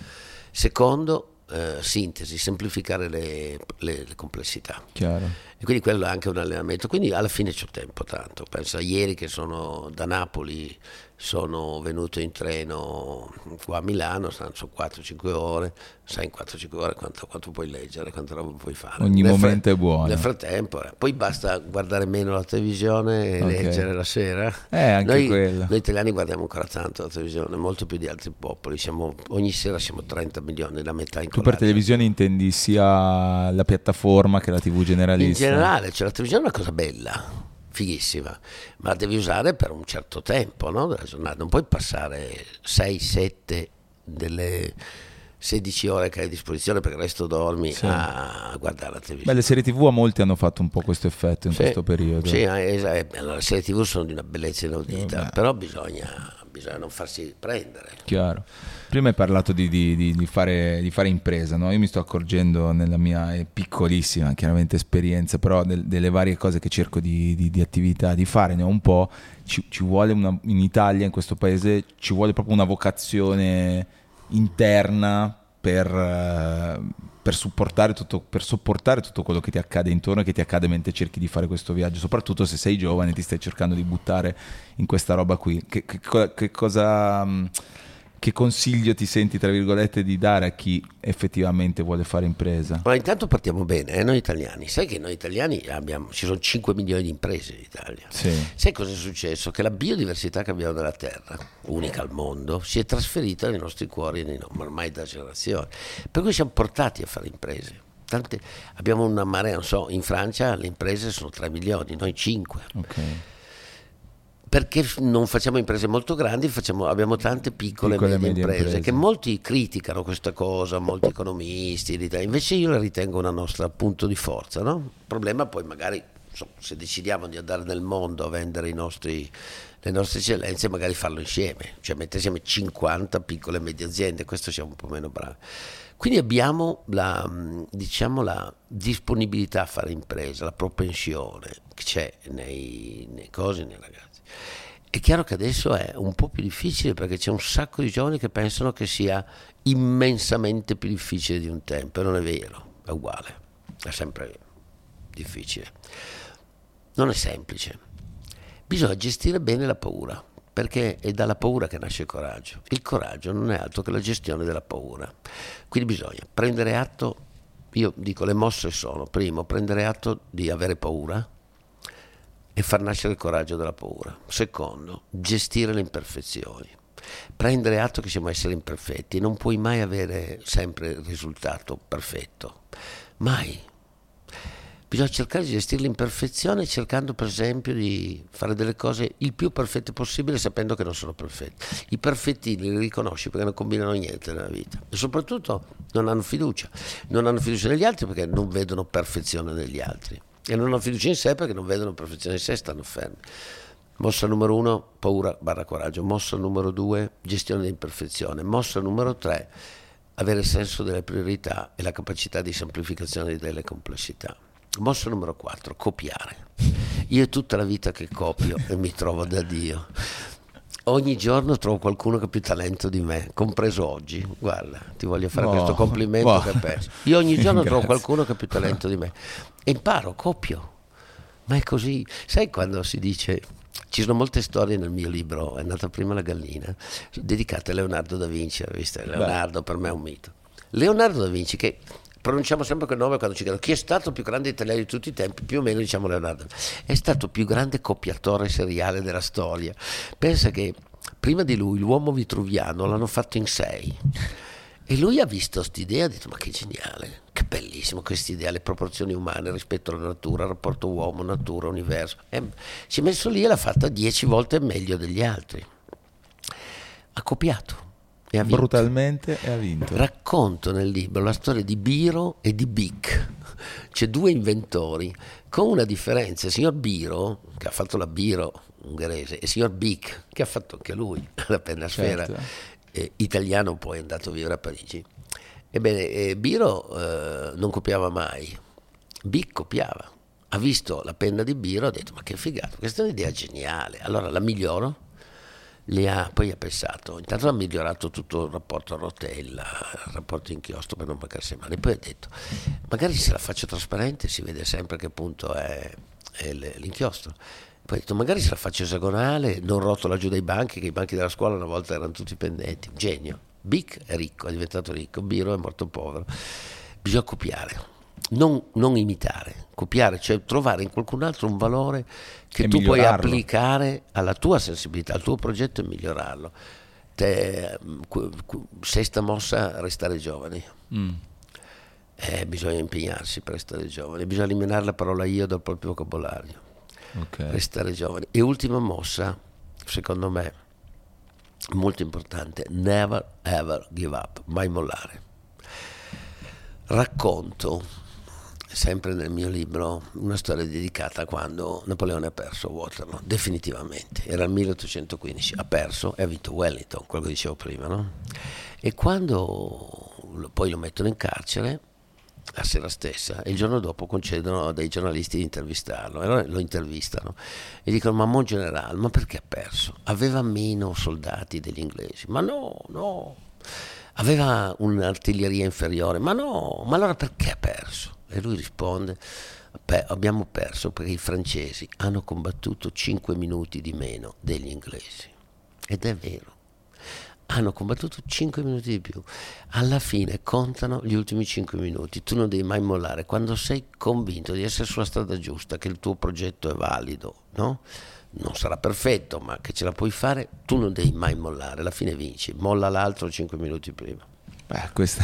Secondo, eh, sintesi, semplificare le, le- le complessità. Chiaro. E quindi quello è anche un allenamento. Quindi alla fine c'ho tempo tanto. Pensa, ieri che sono da Napoli, sono venuto in treno qua a Milano, sono quattro cinque ore. Sai, in quattro cinque ore quanto, quanto puoi leggere, quanta roba puoi fare. Ogni Nel momento è buono. Nel frattempo, eh, poi basta guardare meno la televisione e Ok. leggere la sera. Eh, anche noi, quello. noi italiani guardiamo ancora tanto la televisione, molto più di altri popoli. Siamo, ogni sera siamo trenta milioni, la metà in Tu per collaggio. televisione intendi sia la piattaforma che la tivù generalista? In generale, cioè, la televisione è una cosa bella, fighissima, ma la devi usare per un certo tempo, no? Della giornata. Non puoi passare sei sette delle sedici ore che hai a disposizione perché il resto dormi Sì. a guardare la Beh, televisione. le serie tivù a molti hanno fatto un po' questo effetto in Sì, questo periodo. sì, eh, es- eh, allora, le serie tivù sono di una bellezza inaudita, Vabbè. però bisogna, bisogna non farsi prendere. Chiaro. Prima hai parlato di, di- di- di fare, di fare impresa, no? Io mi sto accorgendo nella mia eh, piccolissima, chiaramente, esperienza, però del- delle varie cose che cerco di, di- di attività di fare, ne ho un po'. Ci, ci vuole una, in Italia, in questo paese, ci vuole proprio una vocazione interna per, eh, per supportare tutto, per sopportare tutto quello che ti accade intorno e che ti accade mentre cerchi di fare questo viaggio, soprattutto se sei giovane e ti stai cercando di buttare in questa roba qui. Che, che co- che cosa, mh, che consiglio ti senti, tra virgolette, di dare a chi effettivamente vuole fare impresa? Ma intanto partiamo bene, eh, noi italiani. Sai che noi italiani abbiamo, ci sono cinque milioni di imprese in Italia. Sì. Sai cosa è successo? Che la biodiversità che abbiamo nella Terra, unica al mondo, si è trasferita nei nostri cuori e nei no- ormai da generazioni. Per cui siamo portati a fare imprese. Tante, abbiamo una marea, non so, in Francia le imprese sono tre milioni, noi cinque. Ok. Perché f- non facciamo imprese molto grandi, facciamo- abbiamo tante piccole, Piccole e e medie medie imprese, imprese. che molti criticano questa cosa, molti economisti, l'Italia. Invece io la ritengo una nostra punto di forza, no? Il problema poi magari, insomma, se decidiamo di andare nel mondo a vendere i nostri, le nostre eccellenze, magari farlo insieme, cioè mettere insieme cinquanta piccole e medie aziende, questo siamo un po' meno bravi. Quindi abbiamo la, mh, diciamo, la disponibilità a fare impresa, la propensione che c'è nei, nei cosi, nei ragazzi. È chiaro che adesso è un po' più difficile perché c'è un sacco di giovani che pensano che sia immensamente più difficile di un tempo, e non è vero, è uguale, è sempre difficile. Non è semplice. Bisogna gestire bene la paura, perché è dalla paura che nasce il coraggio. Il coraggio non è altro che la gestione della paura. Quindi bisogna prendere atto, io dico le mosse sono, primo, prendere atto di avere paura, e far nascere il coraggio dalla paura. Secondo, gestire le imperfezioni. Prendere atto che siamo esseri imperfetti, non puoi mai avere sempre il risultato perfetto, mai. Bisogna cercare di gestire l'imperfezione cercando per esempio di fare delle cose il più perfette possibile sapendo che non sono perfette. I perfettini li riconosci perché non combinano niente nella vita e soprattutto non hanno fiducia, non hanno fiducia negli altri perché non vedono perfezione negli altri e non hanno fiducia in sé perché non vedono perfezione in sé, stanno fermi. Mossa numero uno, paura barra coraggio. Mossa numero due, gestione dell'imperfezione. Mossa numero tre, avere senso delle priorità e la capacità di semplificazione delle complessità. Mossa numero quattro, copiare. Io è tutta la vita che copio e mi trovo da Dio. Ogni giorno trovo qualcuno che ha più talento di me, compreso oggi. Guarda, ti voglio fare oh, questo complimento oh. che hai perso. Io ogni giorno trovo qualcuno che ha più talento di me e imparo, copio. Ma è così. Sai quando si dice... Ci sono molte storie nel mio libro, è nata prima la gallina, dedicate a Leonardo da Vinci. Visto? Leonardo Beh. per me è un mito. Leonardo da Vinci, che pronunciamo sempre quel nome quando ci chiedono chi è stato il più grande italiano di tutti i tempi, più o meno diciamo Leonardo. È stato il più grande copiatore seriale della storia. Pensa che prima di lui l'uomo vitruviano l'hanno fatto in sei. E lui ha visto quest'idea e ha detto ma che geniale, che bellissimo quest'idea, le proporzioni umane rispetto alla natura, il rapporto uomo, natura, universo. E si è messo lì e l'ha fatta dieci volte meglio degli altri. Ha copiato e ha vinto. Brutalmente e ha vinto. Racconto nel libro la storia di Biro e di Bic. C'è due inventori con una differenza. Il signor Biro, che ha fatto la Biro ungherese, e il signor Bic, che ha fatto anche lui la penna sfera. Certo. Eh, italiano poi è andato a vivere a Parigi. Ebbene, eh, Biro eh, non copiava mai, Bic copiava. Ha visto la penna di Biro, ha detto ma che figata, questa è un'idea geniale, allora la miglioro. Le ha, poi ha pensato, intanto ha migliorato tutto il rapporto a rotella, il rapporto inchiostro per non mancarsi male, poi ha detto magari se la faccio trasparente si vede sempre a che punto è, è l'inchiostro. Poi ha detto magari se la faccio esagonale non rotola giù dai banchi, che i banchi della scuola una volta erano tutti pendenti. Genio. Bic è ricco, è diventato ricco, Biro è morto povero. Bisogna copiare, non, non imitare, copiare, cioè trovare in qualcun altro un valore che e tu puoi migliorarlo. applicare alla tua sensibilità, al tuo progetto e migliorarlo. Te, sesta mossa, restare giovani. Mm. Eh, bisogna impegnarsi per restare giovani, bisogna eliminare la parola io dal proprio vocabolario. Okay. Restare giovani. E ultima mossa, secondo me molto importante, never ever give up, mai mollare. Racconto sempre nel mio libro una storia dedicata a quando Napoleone ha perso Waterloo, definitivamente, era il milleottocentoquindici, ha perso e ha vinto Wellington, quello che dicevo prima, no? E quando poi lo mettono in carcere la sera stessa e il giorno dopo concedono a dei giornalisti di intervistarlo, e allora lo intervistano e dicono ma mon generale, ma perché ha perso? Aveva meno soldati degli inglesi? Ma no, no. Aveva un'artiglieria inferiore? Ma no, ma allora perché ha perso? E lui risponde abbiamo perso perché i francesi hanno combattuto cinque minuti di meno degli inglesi. Ed è vero, hanno combattuto cinque minuti di più. Alla fine contano gli ultimi cinque minuti. Tu non devi mai mollare quando sei convinto di essere sulla strada giusta, che il tuo progetto è valido, no? Non sarà perfetto, ma che ce la puoi fare, tu non devi mai mollare, alla fine vinci, molla l'altro cinque minuti prima. Beh, questo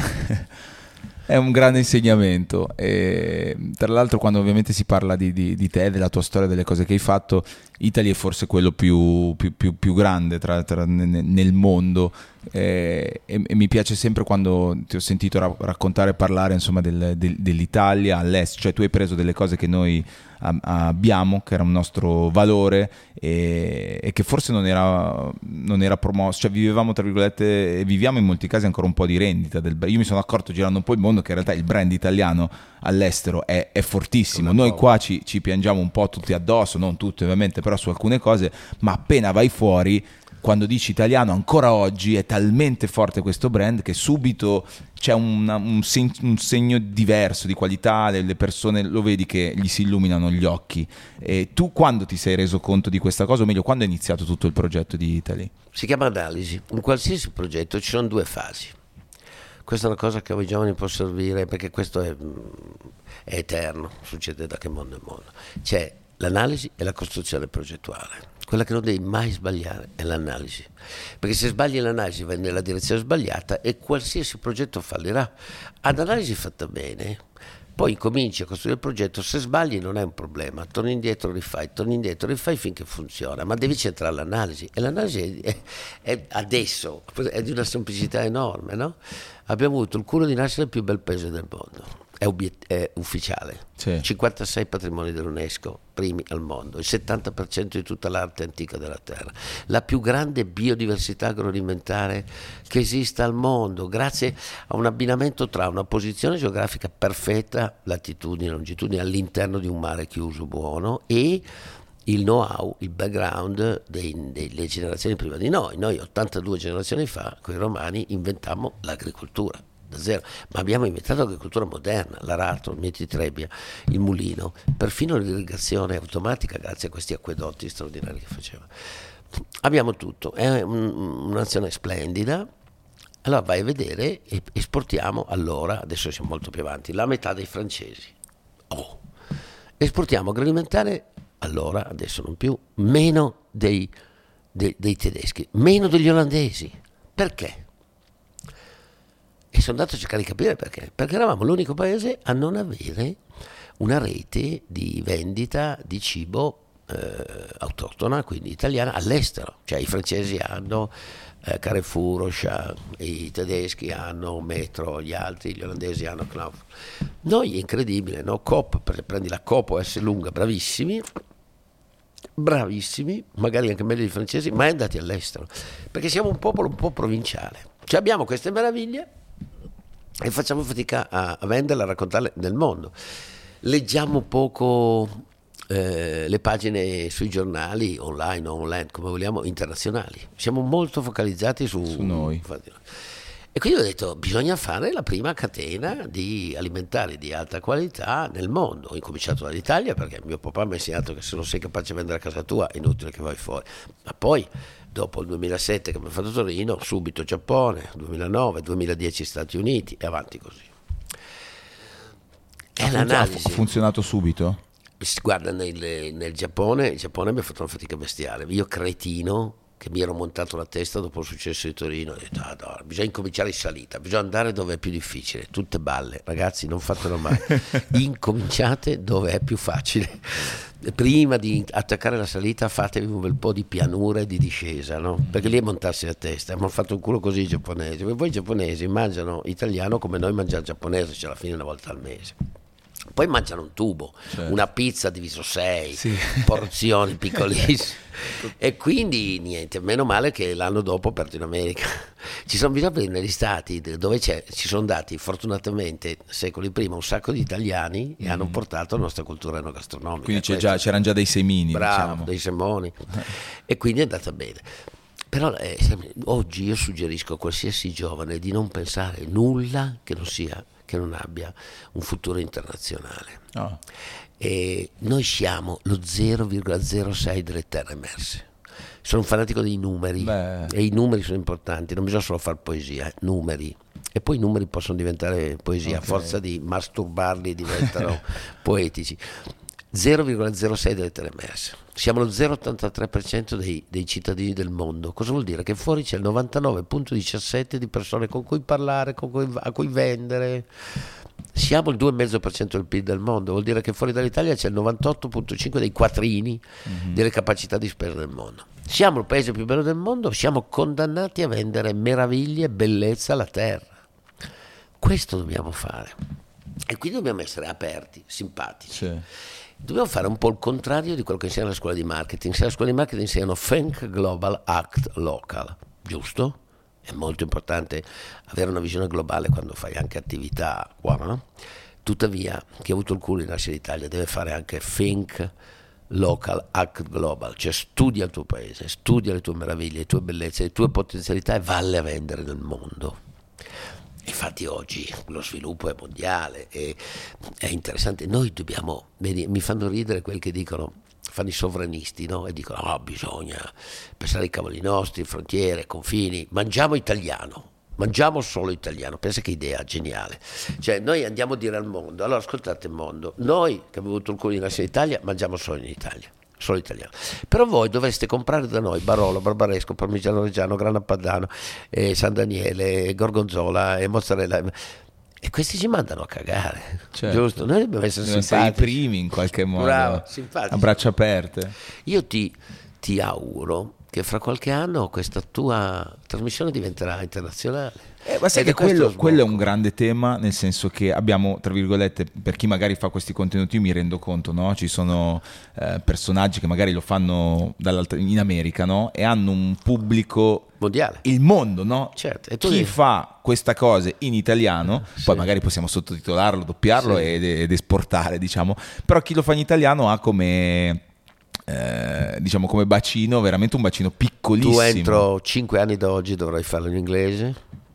è un grande insegnamento. E, tra l'altro, quando ovviamente si parla di, di, di te, della tua storia, delle cose che hai fatto, Italy è forse quello più, più, più, più grande tra, tra, nel mondo. E, e, e mi piace sempre quando ti ho sentito ra- raccontare e parlare insomma del, del, dell'Italia all'estero, cioè tu hai preso delle cose che noi a, abbiamo, che era un nostro valore e, e che forse non era, non era promosso, cioè vivevamo tra virgolette e viviamo in molti casi ancora un po' di rendita del, io mi sono accorto girando un po' il mondo che in realtà il brand italiano all'estero è, è fortissimo. Noi qua ci, ci piangiamo un po' tutti addosso, non tutti ovviamente, però su alcune cose, ma appena vai fuori, quando dici italiano, ancora oggi è talmente forte questo brand che subito c'è una, un, seg- un segno diverso di qualità, le, le persone lo vedi che gli si illuminano gli occhi. E tu quando ti sei reso conto di questa cosa, o meglio quando è iniziato tutto il progetto di Italy? Si chiama analisi. In qualsiasi progetto ci sono due fasi. Questa è una cosa che a voi giovani può servire perché questo è, è eterno, succede da che mondo è mondo. C'è l'analisi e la costruzione progettuale. Quella che non devi mai sbagliare è l'analisi, perché se sbagli l'analisi vai nella direzione sbagliata e qualsiasi progetto fallirà. Ad analisi fatta bene, poi cominci a costruire il progetto, se sbagli non è un problema, torni indietro, rifai, torni indietro, rifai finché funziona, ma devi centrare l'analisi, e l'analisi è, è, è adesso è di una semplicità enorme, no? Abbiamo avuto il culo di nascere il più bel paese del mondo. È, obiet- è ufficiale, sì. cinquantasei patrimoni dell'UNESCO, primi al mondo, il settanta per cento di tutta l'arte antica della terra, la più grande biodiversità agroalimentare che esista al mondo, grazie a un abbinamento tra una posizione geografica perfetta, latitudine e longitudine, all'interno di un mare chiuso buono, e il know-how, il background dei, delle generazioni prima di noi. Noi ottantadue generazioni fa, con i romani, inventammo l'agricoltura da zero, ma abbiamo inventato l'agricoltura moderna, l'aratro, il mietitrebbia, il mulino, perfino l'irrigazione automatica grazie a questi acquedotti straordinari che faceva. Abbiamo tutto, è un, un'azione splendida. Allora vai a vedere e esportiamo, allora, adesso siamo molto più avanti, la metà dei francesi. Oh, esportiamo agroalimentare, allora, adesso non più, meno dei, dei, dei tedeschi, meno degli olandesi. Perché? E sono andato a cercare di capire perché. Perché eravamo l'unico paese a non avere una rete di vendita di cibo eh, autoctona, quindi italiana, all'estero. Cioè i francesi hanno eh, Carrefour, Auchan, i tedeschi hanno Metro, gli altri, gli olandesi hanno Knauf. Noi è incredibile, no? Coop, prendi la Coop O S lunga, bravissimi, bravissimi, magari anche meglio dei francesi, ma andati all'estero. Perché siamo un popolo un po' provinciale. Cioè abbiamo queste meraviglie e facciamo fatica a, a venderle, a raccontarle nel mondo. Leggiamo poco eh, le pagine sui giornali, online o online, come vogliamo, internazionali. Siamo molto focalizzati su, su noi. E quindi ho detto, bisogna fare la prima catena di alimentari di alta qualità nel mondo. Ho incominciato dall'Italia, perché mio papà mi ha insegnato che se non sei capace di vendere a casa tua è inutile che vai fuori. Ma poi, dopo il duemilasette che mi ha fatto Torino, subito Giappone, duemilanove, duemiladieci Stati Uniti e avanti così. E ha, l'analisi, ha funzionato subito? Guarda, nel, nel Giappone, il Giappone mi ha fatto una fatica bestiale. Io cretino, che mi ero montato la testa dopo il successo di Torino, ho detto, ah, no, bisogna incominciare in salita, bisogna andare dove è più difficile, tutte balle, ragazzi, non fatelo mai, incominciate dove è più facile. Prima di attaccare la salita fatevi un bel po' di pianura e di discesa, no? Perché lì è montarsi la testa. Mi hanno fatto un culo così i giapponesi, perché poi i giapponesi mangiano italiano come noi mangiamo giapponese, cioè alla fine una volta al mese. Poi mangiano un tubo, certo. Una pizza diviso sei, sì. Porzioni piccolissime. E quindi niente, meno male che l'anno dopo ho aperto in America. Ci sono bisogni negli stati dove c'è, ci sono andati fortunatamente secoli prima un sacco di italiani e mm. hanno portato la nostra cultura enogastronomica. Quindi c'è già, c'erano già dei semini, bravo, diciamo. Dei semoni. E quindi è andata bene. Però eh, oggi io suggerisco a qualsiasi giovane di non pensare nulla che non sia, che non abbia un futuro internazionale. Oh. E noi siamo lo zero virgola zero sei delle terre emerse. Sono un fanatico dei numeri. Beh. E i numeri sono importanti, non bisogna solo fare poesia, eh, numeri. E poi i numeri possono diventare poesia, okay. A forza di masturbarli diventano poetici. zero virgola zero sei delle terre emerse. Siamo lo zero virgola ottantatré per cento dei, dei cittadini del mondo. Cosa vuol dire? Che fuori c'è il novantanove virgola diciassette di persone con cui parlare, con cui, a cui vendere. Siamo il due virgola cinque per cento del P I L del mondo. Vuol dire che fuori dall'Italia c'è il novantotto virgola cinque dei quattrini mm-hmm. delle capacità di spesa del mondo. Siamo il paese più bello del mondo, siamo condannati a vendere meraviglie e bellezza alla terra. Questo dobbiamo fare. E quindi dobbiamo essere aperti, simpatici. Sì. Dobbiamo fare un po' il contrario di quello che insegna la scuola di marketing. Se la scuola di marketing insegnano Think Global, Act Local, giusto? È molto importante avere una visione globale quando fai anche attività qua, no? Tuttavia, chi ha avuto il culo di nascere in Italia deve fare anche Think Local, Act Global, cioè studia il tuo paese, studia le tue meraviglie, le tue bellezze, le tue potenzialità e valle a vendere nel mondo. Infatti oggi lo sviluppo è mondiale, e è interessante. Noi dobbiamo, mi fanno ridere quelli che dicono, fanno i sovranisti, no? E dicono, oh, bisogna pensare ai cavoli nostri, frontiere, confini, mangiamo italiano. mangiamo solo italiano. Pensa che idea geniale. Cioè noi andiamo a dire al mondo, allora ascoltate il mondo, noi che abbiamo avuto il cuore di nascere in Italia mangiamo solo in Italia, solo italiano. Però voi dovreste comprare da noi Barolo, Barbaresco, Parmigiano Reggiano, Grana Padano, eh, San Daniele, Gorgonzola e mozzarella. E questi ci mandano a cagare, certo. Giusto? Noi dobbiamo essere Dobbiamo simpatici. essere i primi in qualche modo, bravo, simpatici. A braccia aperte. Io ti, ti auguro che fra qualche anno questa tua trasmissione diventerà internazionale. Eh, ma sai Ed che è questo quello, lo quello è sbocco. un grande tema, nel senso che abbiamo, tra virgolette, per chi magari fa questi contenuti, io mi rendo conto, no? Ci sono eh, personaggi che magari lo fanno dall'altra, in America, no? E hanno un pubblico mondiale, il mondo, no? Certo. E tu Chi devi- fa questa cosa in italiano, Sì. poi magari possiamo sottotitolarlo, doppiarlo Sì. ed, ed esportare, diciamo, però chi lo fa in italiano ha come... Eh, diciamo come bacino, veramente un bacino piccolissimo. Tu entro cinque anni da oggi dovrai farlo in inglese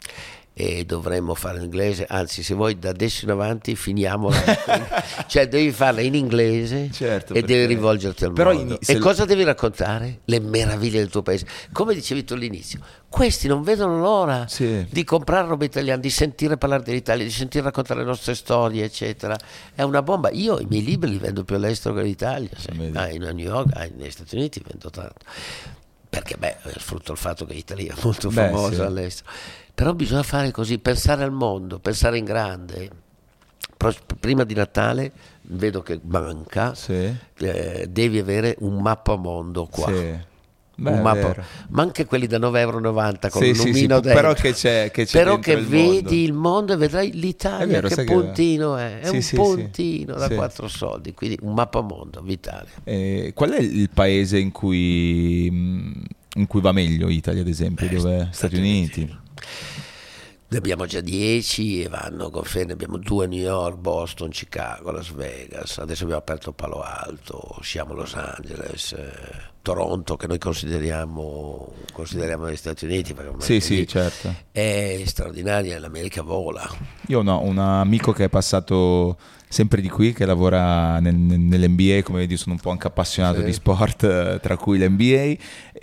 e dovremmo farlo in inglese, anzi se vuoi da adesso in avanti finiamola. Cioè devi farla in inglese, certo, e perché- devi rivolgerti al però mondo. in- se E lo- cosa devi raccontare? Le meraviglie del tuo paese. Come dicevi tu all'inizio, questi non vedono l'ora Sì. di comprare roba italiana, di sentire parlare dell'Italia, di sentire raccontare le nostre storie, eccetera. È una bomba. Io i miei libri li vendo più all'estero che in Italia. Sai. Vedi. Ah, in New York, ah, negli Stati Uniti vendo tanto. Perché beh, sfrutto il fatto che l'Italia è molto Beh, famosa sì. all'estero. Però bisogna fare così, pensare al mondo, pensare in grande. Pro- Prima di Natale vedo che manca, Sì. eh, devi avere un mappamondo qua. Sì. Beh, Un è mappa- vero. ma anche quelli da nove virgola novanta con Sì, un sì, lumino sì, dentro. però che c'è, che c'è Però dentro che il vedi mondo. il mondo e vedrai È l'Italia vero, che sai che- puntino è, è Sì, un sì, sì. puntino da Sì. quattro soldi, quindi un mappamondo vitale. Eh, qual è il paese in cui, mh, in cui va meglio Italia, ad esempio? Beh, Dove? Stati Stati Uniti. Uniti. Ne abbiamo già dieci e vanno con fe, ne abbiamo due a New York, Boston, Chicago, Las Vegas, adesso abbiamo aperto Palo Alto, siamo a Los Angeles, eh, Toronto che noi consideriamo, consideriamo negli Stati Uniti perché ormai Sì, è sì, lì. certo. È straordinaria, l'America vola. Io ho una- un amico che è passato sempre di qui, che lavora nel, nell'N B A, come vedi sono un po' anche appassionato Sì. di sport, eh, tra cui l'N B A,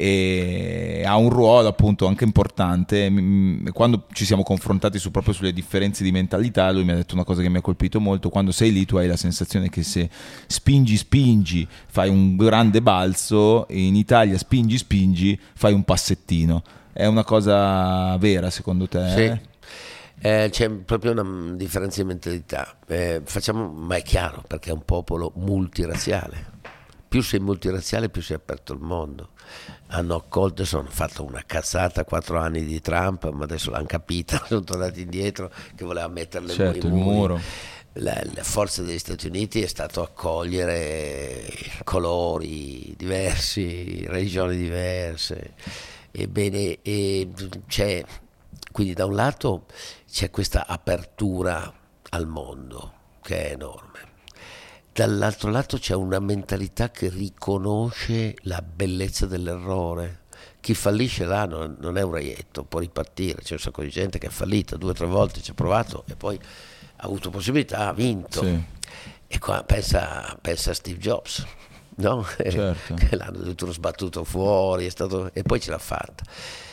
e ha un ruolo appunto anche importante. Mm, Quando ci siamo confrontati su, proprio sulle differenze di mentalità, lui mi ha detto una cosa che mi ha colpito molto: quando sei lì tu hai la sensazione che se spingi spingi fai un grande balzo, in Italia spingi spingi fai un passettino. È una cosa vera secondo te? Sì. Eh, c'è proprio una differenza di mentalità, eh, facciamo, ma è chiaro perché è un popolo multirazziale. Più sei multirazziale, più si è aperto il mondo. Hanno accolto, sono fatto una cazzata, quattro anni di Trump, ma adesso l'hanno capita, sono tornati indietro, che voleva metterle Certo, i il muri. muro. La, la forza degli Stati Uniti è stato accogliere colori diversi, religioni diverse. Ebbene, e c'è, quindi da un lato c'è questa apertura al mondo che è enorme, dall'altro lato c'è una mentalità che riconosce la bellezza dell'errore. Chi fallisce là non, non è un reietto, può ripartire. C'è un sacco di gente che è fallita due o tre volte, ci ha provato e poi ha avuto possibilità, ha vinto. Sì. E qua pensa, pensa a Steve Jobs, no? Certo. Che l'hanno addirittura sbattuto fuori, è stato, e poi ce l'ha fatta.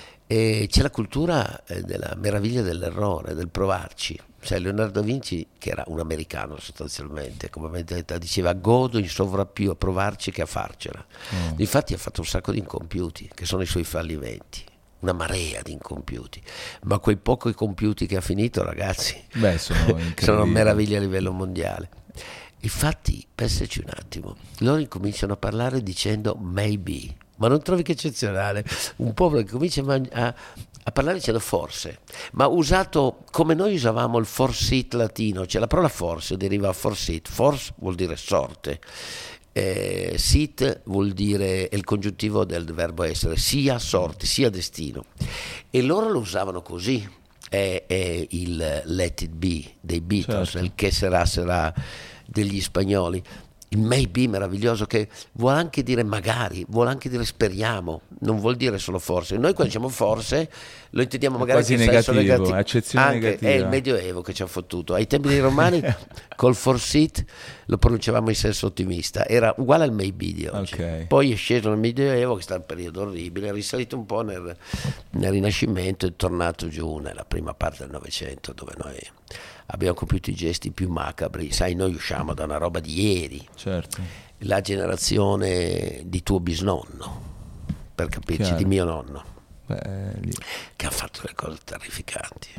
E c'è la cultura eh, della meraviglia dell'errore, del provarci. Cioè Leonardo da Vinci, che era un americano sostanzialmente, come mentalità, diceva godo in sovrappiù a provarci che a farcela. Oh. Infatti ha fatto un sacco di incompiuti, che sono i suoi fallimenti, una marea di incompiuti, ma quei pochi compiuti che ha finito, ragazzi, Beh, sono incredibili. sono meraviglie a livello mondiale. Infatti, pensaci un attimo, loro incominciano a parlare dicendo maybe, ma non trovi che eccezionale? Un popolo che comincia a, man- a, a parlare dicendo forse, ma usato come noi usavamo il forsit latino, cioè la parola forse deriva da forsit, force vuol dire sorte, eh, sit vuol dire, è il congiuntivo del verbo essere, sia sorte, sia destino, e loro lo usavano così. È, è il Let It Be dei Beatles, Certo. il che sarà sarà degli spagnoli, il maybe meraviglioso, che vuole anche dire magari, vuole anche dire speriamo, non vuol dire solo forse. Noi quando diciamo forse lo intendiamo È magari quasi in senso negativo, negativo. accezione Anche negativa. è il Medioevo che ci ha fottuto. Ai tempi dei Romani col forsit lo pronunciavamo in senso ottimista, era uguale al maybe di oggi. Okay. Poi è sceso nel Medioevo, che è stato un periodo orribile, è risalito un po' nel, nel Rinascimento, è tornato giù nella prima parte del Novecento, dove noi abbiamo compiuto i gesti più macabri. Sai, noi usciamo da una roba di ieri, certo. la generazione di tuo bisnonno, per capirci, Chiaro. di mio nonno, Beh, lì. che ha fatto delle cose terrificanti.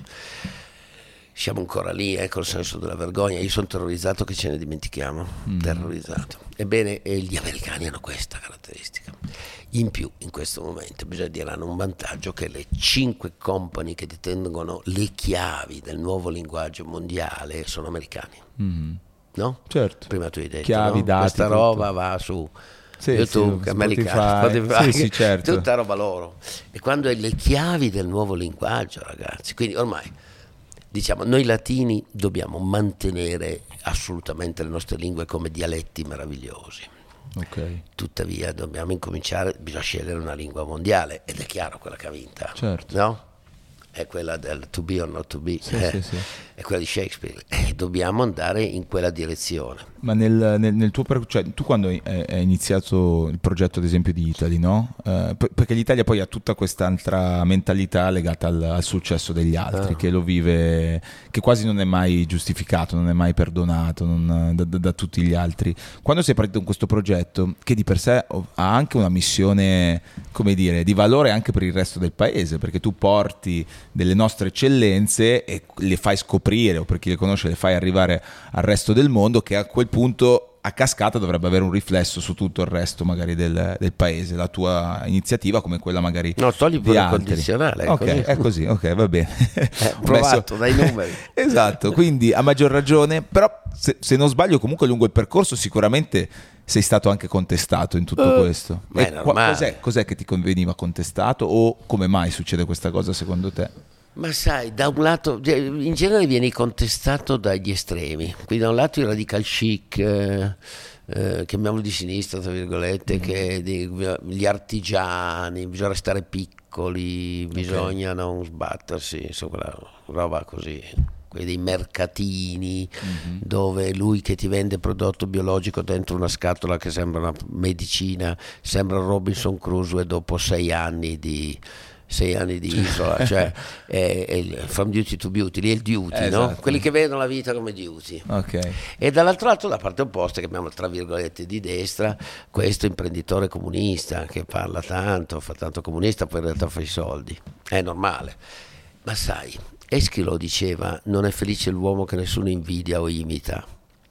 Siamo ancora lì, eh, col senso della vergogna. Io sono terrorizzato che ce ne dimentichiamo, mm. terrorizzato. Ebbene, eh, gli americani hanno questa caratteristica. In più, in questo momento, bisogna dire, hanno un vantaggio, che le cinque company che detengono le chiavi del nuovo linguaggio mondiale sono americani. Mm. No? Certo. Prima tu hai detto, chiavi, no? dati, questa tutto. roba va su sì, YouTube, sì, americano, Spotify, Spotify, sì, sì, certo. tutta roba loro. E quando è le chiavi del nuovo linguaggio, ragazzi, quindi ormai diciamo, noi latini dobbiamo mantenere assolutamente le nostre lingue come dialetti meravigliosi. Okay. Tuttavia dobbiamo incominciare, bisogna scegliere una lingua mondiale, ed è chiaro quella che ha vinta, certo. no? È quella del to be or not to be, sì, eh, sì, sì. è quella di Shakespeare, e dobbiamo andare in quella direzione. Ma nel, nel, nel tuo per, cioè, tu quando hai, hai iniziato il progetto ad esempio di Italy, no? Eh, perché l'Italia poi ha tutta quest'altra mentalità legata al, al successo degli altri, ah. che lo vive, che quasi non è mai giustificato, non è mai perdonato non, da, da, da tutti gli altri. Quando sei partito con questo progetto, che di per sé ha anche una missione, come dire, di valore anche per il resto del paese, perché tu porti delle nostre eccellenze e le fai scoprire, o per chi le conosce le fai arrivare al resto del mondo, che a quel punto a cascata dovrebbe avere un riflesso su tutto il resto magari del, del paese, la tua iniziativa come quella magari no, togli di pure il altri. condizionale, è ok, così. è così, ok, va bene. È provato dai numeri. Esatto, quindi a maggior ragione, però se, se non sbaglio comunque lungo il percorso sicuramente sei stato anche contestato in tutto uh, questo. E qua, cos'è, cos'è che ti conveniva contestato, o come mai succede questa cosa secondo te? Ma sai, da un lato, in genere vieni contestato dagli estremi, quindi da un lato il radical chic, eh, eh, chiamiamolo di sinistra tra virgolette, mm. che di, gli artigiani, bisogna restare piccoli, bisogna okay. non sbattersi, insomma quella roba così, quelli dei mercatini, mm-hmm. dove lui che ti vende prodotto biologico dentro una scatola che sembra una medicina, sembra Robinson Crusoe dopo sei anni di... sei anni di isola, cioè è, è il from duty to beauty, lì è il duty, eh, no? Esatto. Quelli che vedono la vita come duty. Okay. E dall'altro lato, la parte opposta, che abbiamo tra virgolette di destra, questo imprenditore comunista che parla tanto, fa tanto comunista, poi in realtà fa i soldi. È normale. Ma sai, Eschilo diceva, non è felice l'uomo che nessuno invidia o imita.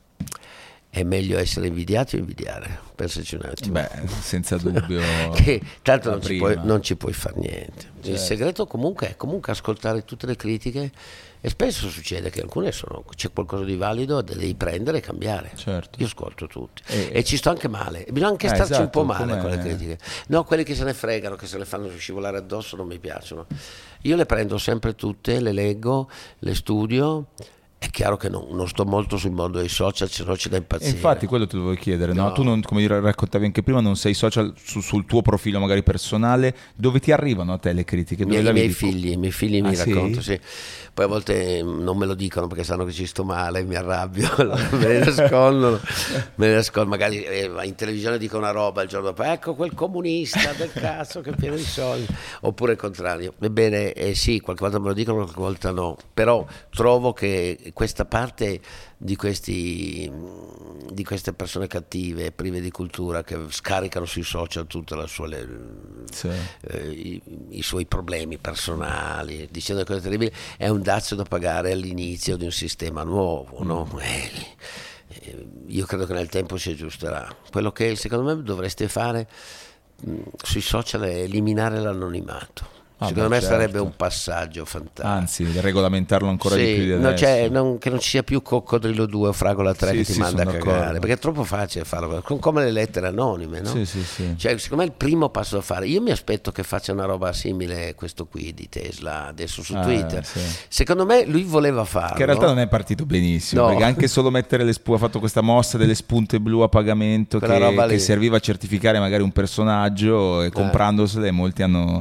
È meglio essere invidiati o invidiare? Pensaci un attimo. Beh, senza dubbio. Che tanto non ci, puoi, non ci puoi fare niente. Certo. Il segreto comunque è comunque ascoltare tutte le critiche, e spesso succede che alcune sono, c'è qualcosa di valido, devi prendere e cambiare. Certo. Io ascolto tutti e, e ci sto anche male, e bisogna anche eh, starci esatto, un po' male come... con le critiche. No, quelli che se ne fregano, che se le fanno scivolare addosso non mi piacciono. Io le prendo sempre tutte, le leggo, le studio. È chiaro che non, non sto molto sul mondo dei social, se no ci da impazzire. Infatti quello te lo volevo chiedere, no? No. Tu non, come raccontavi anche prima, non sei social su, sul tuo profilo magari personale, dove ti arrivano a te le critiche? Dove I miei figli, i miei figli mi ah, raccontano, sì? sì. Poi a volte non me lo dicono perché sanno che ci sto male, mi arrabbio, me ne nascondono, me ne nascondono. Magari eh, in televisione dico una roba, il giorno dopo, ecco quel comunista del cazzo che è pieno di soldi, oppure il contrario. Ebbene eh, sì, qualche volta me lo dicono, qualche volta no, però trovo che questa parte di questi di queste persone cattive, prive di cultura, che scaricano sui social tutta la sua le, sì. eh, i, i suoi problemi personali, dicendo cose terribili, è un dazio da pagare all'inizio di un sistema nuovo, mm. no? Eh, eh, io credo che nel tempo si aggiusterà. Quello che secondo me dovreste fare mh, sui social è eliminare l'anonimato. Ah, secondo beh, me certo. sarebbe un passaggio fantastico, anzi regolamentarlo ancora sì, di più di adesso. No, cioè, non, che non ci sia più Coccodrillo due o Fragola tre sì, che ti sì, manda a cagare d'accordo. perché è troppo facile farlo, come le lettere anonime, no? Sì, sì, sì. Cioè, secondo me il primo passo da fare, io mi aspetto che faccia una roba simile a questo qui di Tesla adesso su ah, Twitter, sì. Secondo me lui voleva farlo, che in realtà non è partito benissimo, no. Perché anche solo mettere le spue, ha fatto questa mossa delle spunte blu a pagamento che, che serviva a certificare magari un personaggio, e comprandosele molti hanno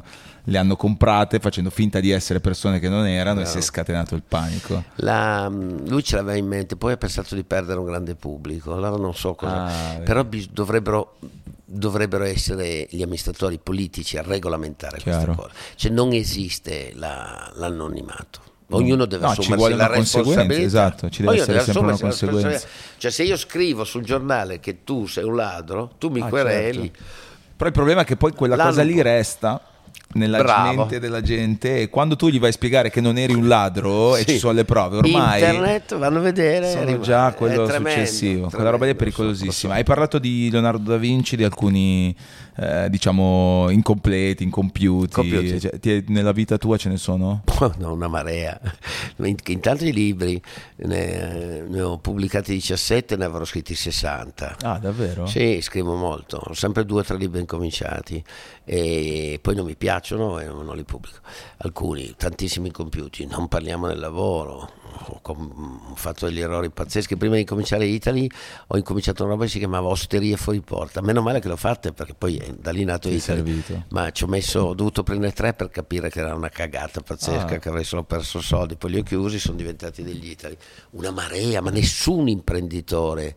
le hanno comprate facendo finta di essere persone che non erano, no. E si è scatenato il panico. La, lui ce l'aveva in mente, poi ha pensato di perdere un grande pubblico, allora non so cosa, Ah, però bis- dovrebbero, dovrebbero essere gli amministratori politici a regolamentare Chiaro. questa cosa, cioè non esiste la, l'anonimato. Ognuno deve No, ci assumersi vuole la una conseguenza, responsabilità. esatto, ci deve Ognuno essere sempre una assumersi la conseguenza. responsabilità. Cioè se io scrivo sul giornale che tu sei un ladro, tu mi Ah, quereli. certo. Però il problema è che poi quella L'hanno- cosa lì resta nella Bravo. mente della gente, e quando tu gli vai a spiegare che non eri un ladro e Sì. ci sono le prove, ormai Internet vanno a vedere, sono rimane- già è quello tremendo, successivo. Quella roba lì è tremendo, pericolosissima. so- so- Hai parlato di Leonardo da Vinci, di alcuni eh, diciamo incompleti, incompiuti. Compiuti. Cioè, ti- nella vita tua ce ne sono? No, una marea. Intanto i libri ne, ne ho pubblicati diciassette, ne avrò scritti sessanta. Ah, davvero? Sì, scrivo molto, ho sempre due o tre libri incominciati e poi non mi piacciono e non li pubblico. Alcuni, tantissimi incompiuti, non parliamo del lavoro. Ho com- ho fatto degli errori pazzeschi. Prima di cominciare Italy ho incominciato una roba che si chiamava Osterie fuori porta. Meno male che l'ho fatta, perché poi è da lì nato Ti è Italy. servito. Ma ci ho messo, ho dovuto prendere tre per capire che era una cagata pazzesca, Ah. che avrei solo perso soldi. Poi li ho chiusi, sono diventati degli Italy. Una marea, ma nessun imprenditore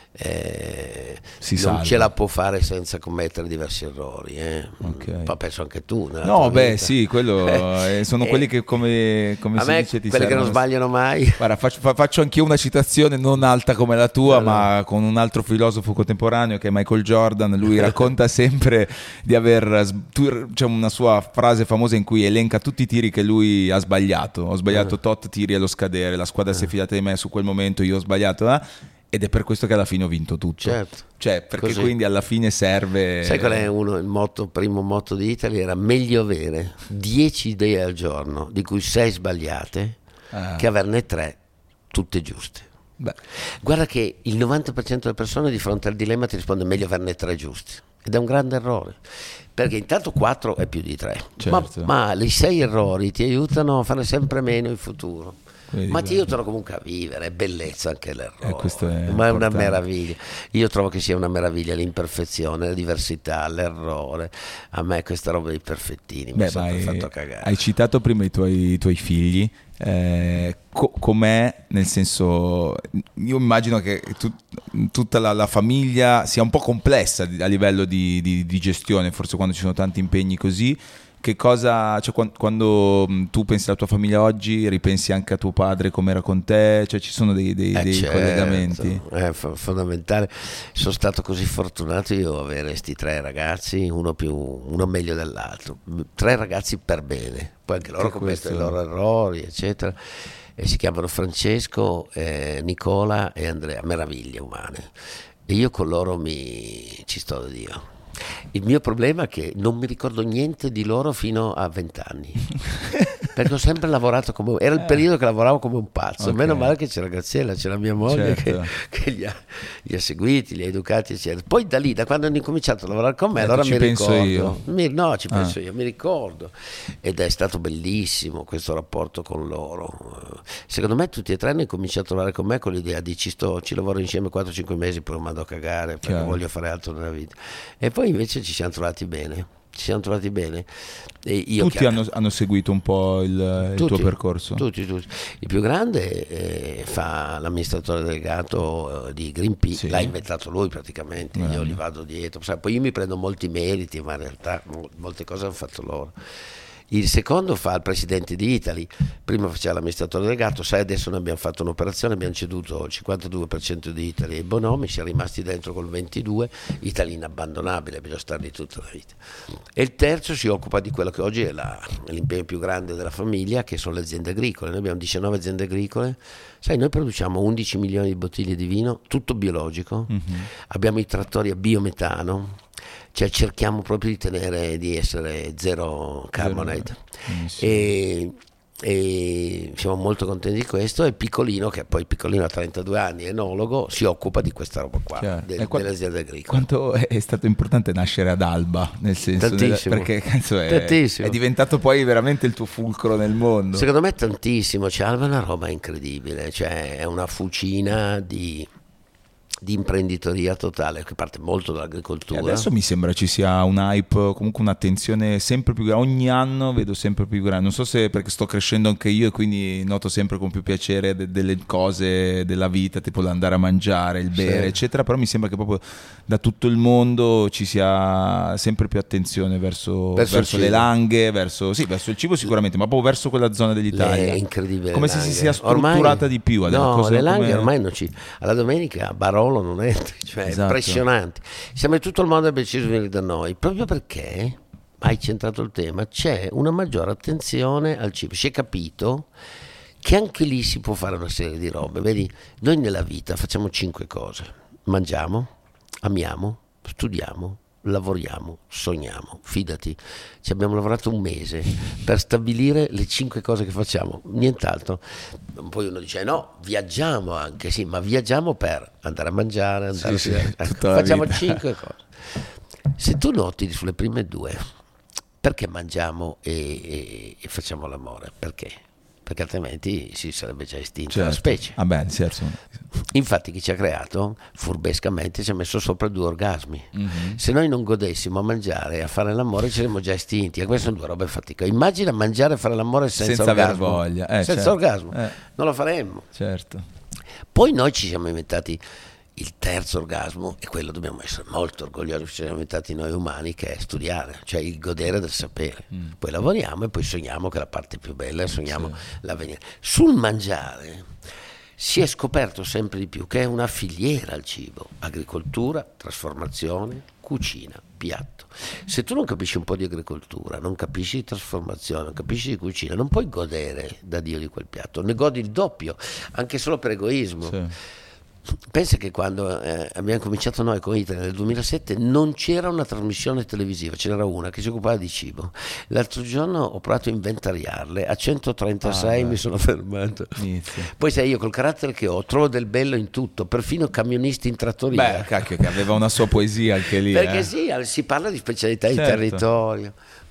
eh, Si non salva. ce la può fare senza commettere diversi errori. Eh. Ok. Ma penso anche tu. nella No, tua beh, vita. sì, quello eh, sono Eh, quelli che come, come a si me dice ti quelli che non servono. sbagliano mai. Guarda, faccio, fa- faccio anch'io una citazione non alta come la tua, No, no. ma con un altro filosofo contemporaneo che è Michael Jordan. Lui racconta sempre di aver s- tu- c'è una sua frase famosa in cui elenca tutti i tiri che lui ha sbagliato. Ho sbagliato tot tiri allo scadere, la squadra si è fidata di me su quel momento, io ho sbagliato, eh? Ed è per questo che alla fine ho vinto tutto. Certo. Cioè, perché Così. quindi alla fine serve. Sai qual è uno, il motto, primo motto di Italy? Era meglio avere dieci idee al giorno, di cui sei sbagliate, Ah. che averne tre tutte giuste. Beh, Guarda che il novanta per cento delle persone di fronte al dilemma ti risponde meglio averne tre giusti. Ed è un grande errore, perché intanto quattro è più di tre, Certo. ma, ma i sei errori ti aiutano a fare sempre meno in futuro. Vedi, Ma ti guarda. aiutano comunque a vivere, è bellezza anche l'errore, Eh, questo è ma è una importante. meraviglia. Io trovo che sia una meraviglia l'imperfezione, la diversità, l'errore. A me questa roba dei perfettini mi Beh, ha sempre ma hai, fatto cagare. hai citato prima i tuoi, i tuoi figli, eh, co- com'è, nel senso, io immagino che tu- tutta la, la famiglia sia un po' complessa di- a livello di, di- di gestione, forse quando ci sono tanti impegni così. Che cosa, cioè, quan- quando, mh, tu pensi alla tua famiglia oggi, ripensi anche a tuo padre come era con te, cioè ci sono dei, dei- Eh, dei certo, collegamenti. è fo- fondamentale. Sono stato così fortunato io ad avere questi tre ragazzi, uno più uno meglio dell'altro, tre ragazzi per bene, poi anche loro Che commettono i questo- loro errori, eccetera. E si chiamano Francesco, eh, Nicola e Andrea, meraviglie umane. E io con loro mi ci sto da Dio. Il mio problema è che non mi ricordo niente di loro fino a vent'anni, perché ho sempre lavorato come era il periodo che lavoravo come un pazzo. Ok. Meno male che c'era Graziella, c'era mia moglie Certo. che, che li, ha, li ha seguiti, li ha educati, eccetera. Poi da lì, da quando hanno incominciato a lavorare con me, Eh, allora ci mi penso ricordo. io. Mi- no, ci penso Ah. io, mi ricordo. Ed è stato bellissimo questo rapporto con loro. Secondo me tutti e tre hanno incominciato a lavorare con me con l'idea di ci, sto, ci lavoro insieme quattro cinque mesi, poi lo mando a cagare perché Chiaro. voglio fare altro nella vita. E poi invece ci siamo trovati bene. Ci siamo trovati bene. E io Tutti chiaro- hanno, hanno seguito un po' il, il tuo tutti, percorso. Tutti, tutti. Il più grande eh, fa l'amministratore delegato eh, di Greenpeace, Sì. l'ha inventato lui praticamente, io Grande. gli vado dietro. Sai, poi io mi prendo molti meriti, ma in realtà mo- molte cose hanno fatto loro. Il secondo fa il presidente di Italy, prima faceva l'amministratore delegato, sai adesso noi abbiamo fatto un'operazione, abbiamo ceduto il cinquantadue per cento di Italy ai Bonomi, siamo rimasti dentro col ventidue per cento, Italy inabbandonabile, bisogna starli tutta la vita. E il terzo si occupa di quello che oggi è la- l'impegno più grande della famiglia, che sono le aziende agricole. Noi abbiamo diciannove aziende agricole, sai, noi produciamo undici milioni di bottiglie di vino, tutto biologico, Mhm. abbiamo i trattori a biometano, cioè cerchiamo proprio di tenere, di essere zero carbonate. Benissimo. E, e siamo molto contenti di questo. E Piccolino, che poi Piccolino ha trentadue anni, è enologo, si occupa di questa roba qua, Chiaro. de- E qua- delle aziende agricole. Quanto è è stato importante nascere ad Alba, nel senso nella- Tantissimo. perché cazzo è, Tantissimo. è diventato poi veramente il tuo fulcro nel mondo. Secondo me tantissimo, cioè Alba è una roba incredibile, cioè è una fucina di, di imprenditoria totale che parte molto dall'agricoltura. E adesso mi sembra ci sia un hype, comunque un'attenzione sempre più grande, ogni anno vedo sempre più grande, non so se perché sto crescendo anche io e quindi noto sempre con più piacere de- delle cose della vita, tipo l'andare a mangiare, il bere, sì, eccetera, però mi sembra che proprio da tutto il mondo ci sia sempre più attenzione verso, verso, verso le langhe, verso, sì, verso il cibo sicuramente, ma proprio verso quella zona dell'Italia. È incredibile. Come se si sia strutturata ormai, di più adesso. No, cosa, le langhe come... ormai non ci... Alla domenica a Barolo non entri, cioè esatto, impressionante. Sembra che tutto il mondo abbia deciso di venire da noi, proprio perché, hai centrato il tema, c'è una maggiore attenzione al cibo. Si è capito che anche lì si può fare una serie di robe. Vedi, noi nella vita facciamo cinque cose. Mangiamo, amiamo, studiamo, lavoriamo, sogniamo. Fidati, ci abbiamo lavorato un mese per stabilire le cinque cose che facciamo, nient'altro. Poi uno dice no, viaggiamo anche, sì, ma viaggiamo per andare a mangiare, andare sì, a... sì, ecco, facciamo cinque cose. Se tu noti sulle prime due, perché mangiamo e, e, e facciamo l'amore? Perché? Perché altrimenti si sarebbe già estinta, certo, la specie. Ah beh, certo. Infatti chi ci ha creato furbescamente ci ha messo sopra due orgasmi. Mm-hmm. Se noi non godessimo a mangiare e a fare l'amore ci saremmo già estinti, e queste sono due robe faticose. Immagina mangiare e fare l'amore senza, senza orgasmo, aver voglia, eh, senza certo, orgasmo, eh. non lo faremmo. Certo. Poi noi ci siamo inventati il terzo orgasmo, e quello dobbiamo essere molto orgogliosi, ci siamo inventati noi umani, che è studiare, cioè il godere del sapere. Mm. Poi lavoriamo e poi sogniamo, che è la parte più bella, sogniamo, sì, l'avvenire. Sul mangiare si è scoperto sempre di più che è una filiera al cibo: agricoltura, trasformazione, cucina, piatto. Se tu non capisci un po' di agricoltura, non capisci di trasformazione, non capisci di cucina, non puoi godere da Dio di quel piatto, ne godi il doppio, anche solo per egoismo. Sì. Pensa che quando eh, abbiamo cominciato noi con Italia nel duemilasette non c'era una trasmissione televisiva, ce n'era una che si occupava di cibo. L'altro giorno ho provato a inventariarle, a centotrentasei ah, mi sono fermato. Inizio. Poi sai, io col carattere che ho trovo del bello in tutto, perfino camionisti in trattoria. Beh, cacchio, che aveva una sua poesia anche lì. Perché eh. sì, si parla di specialità, certo, di territorio.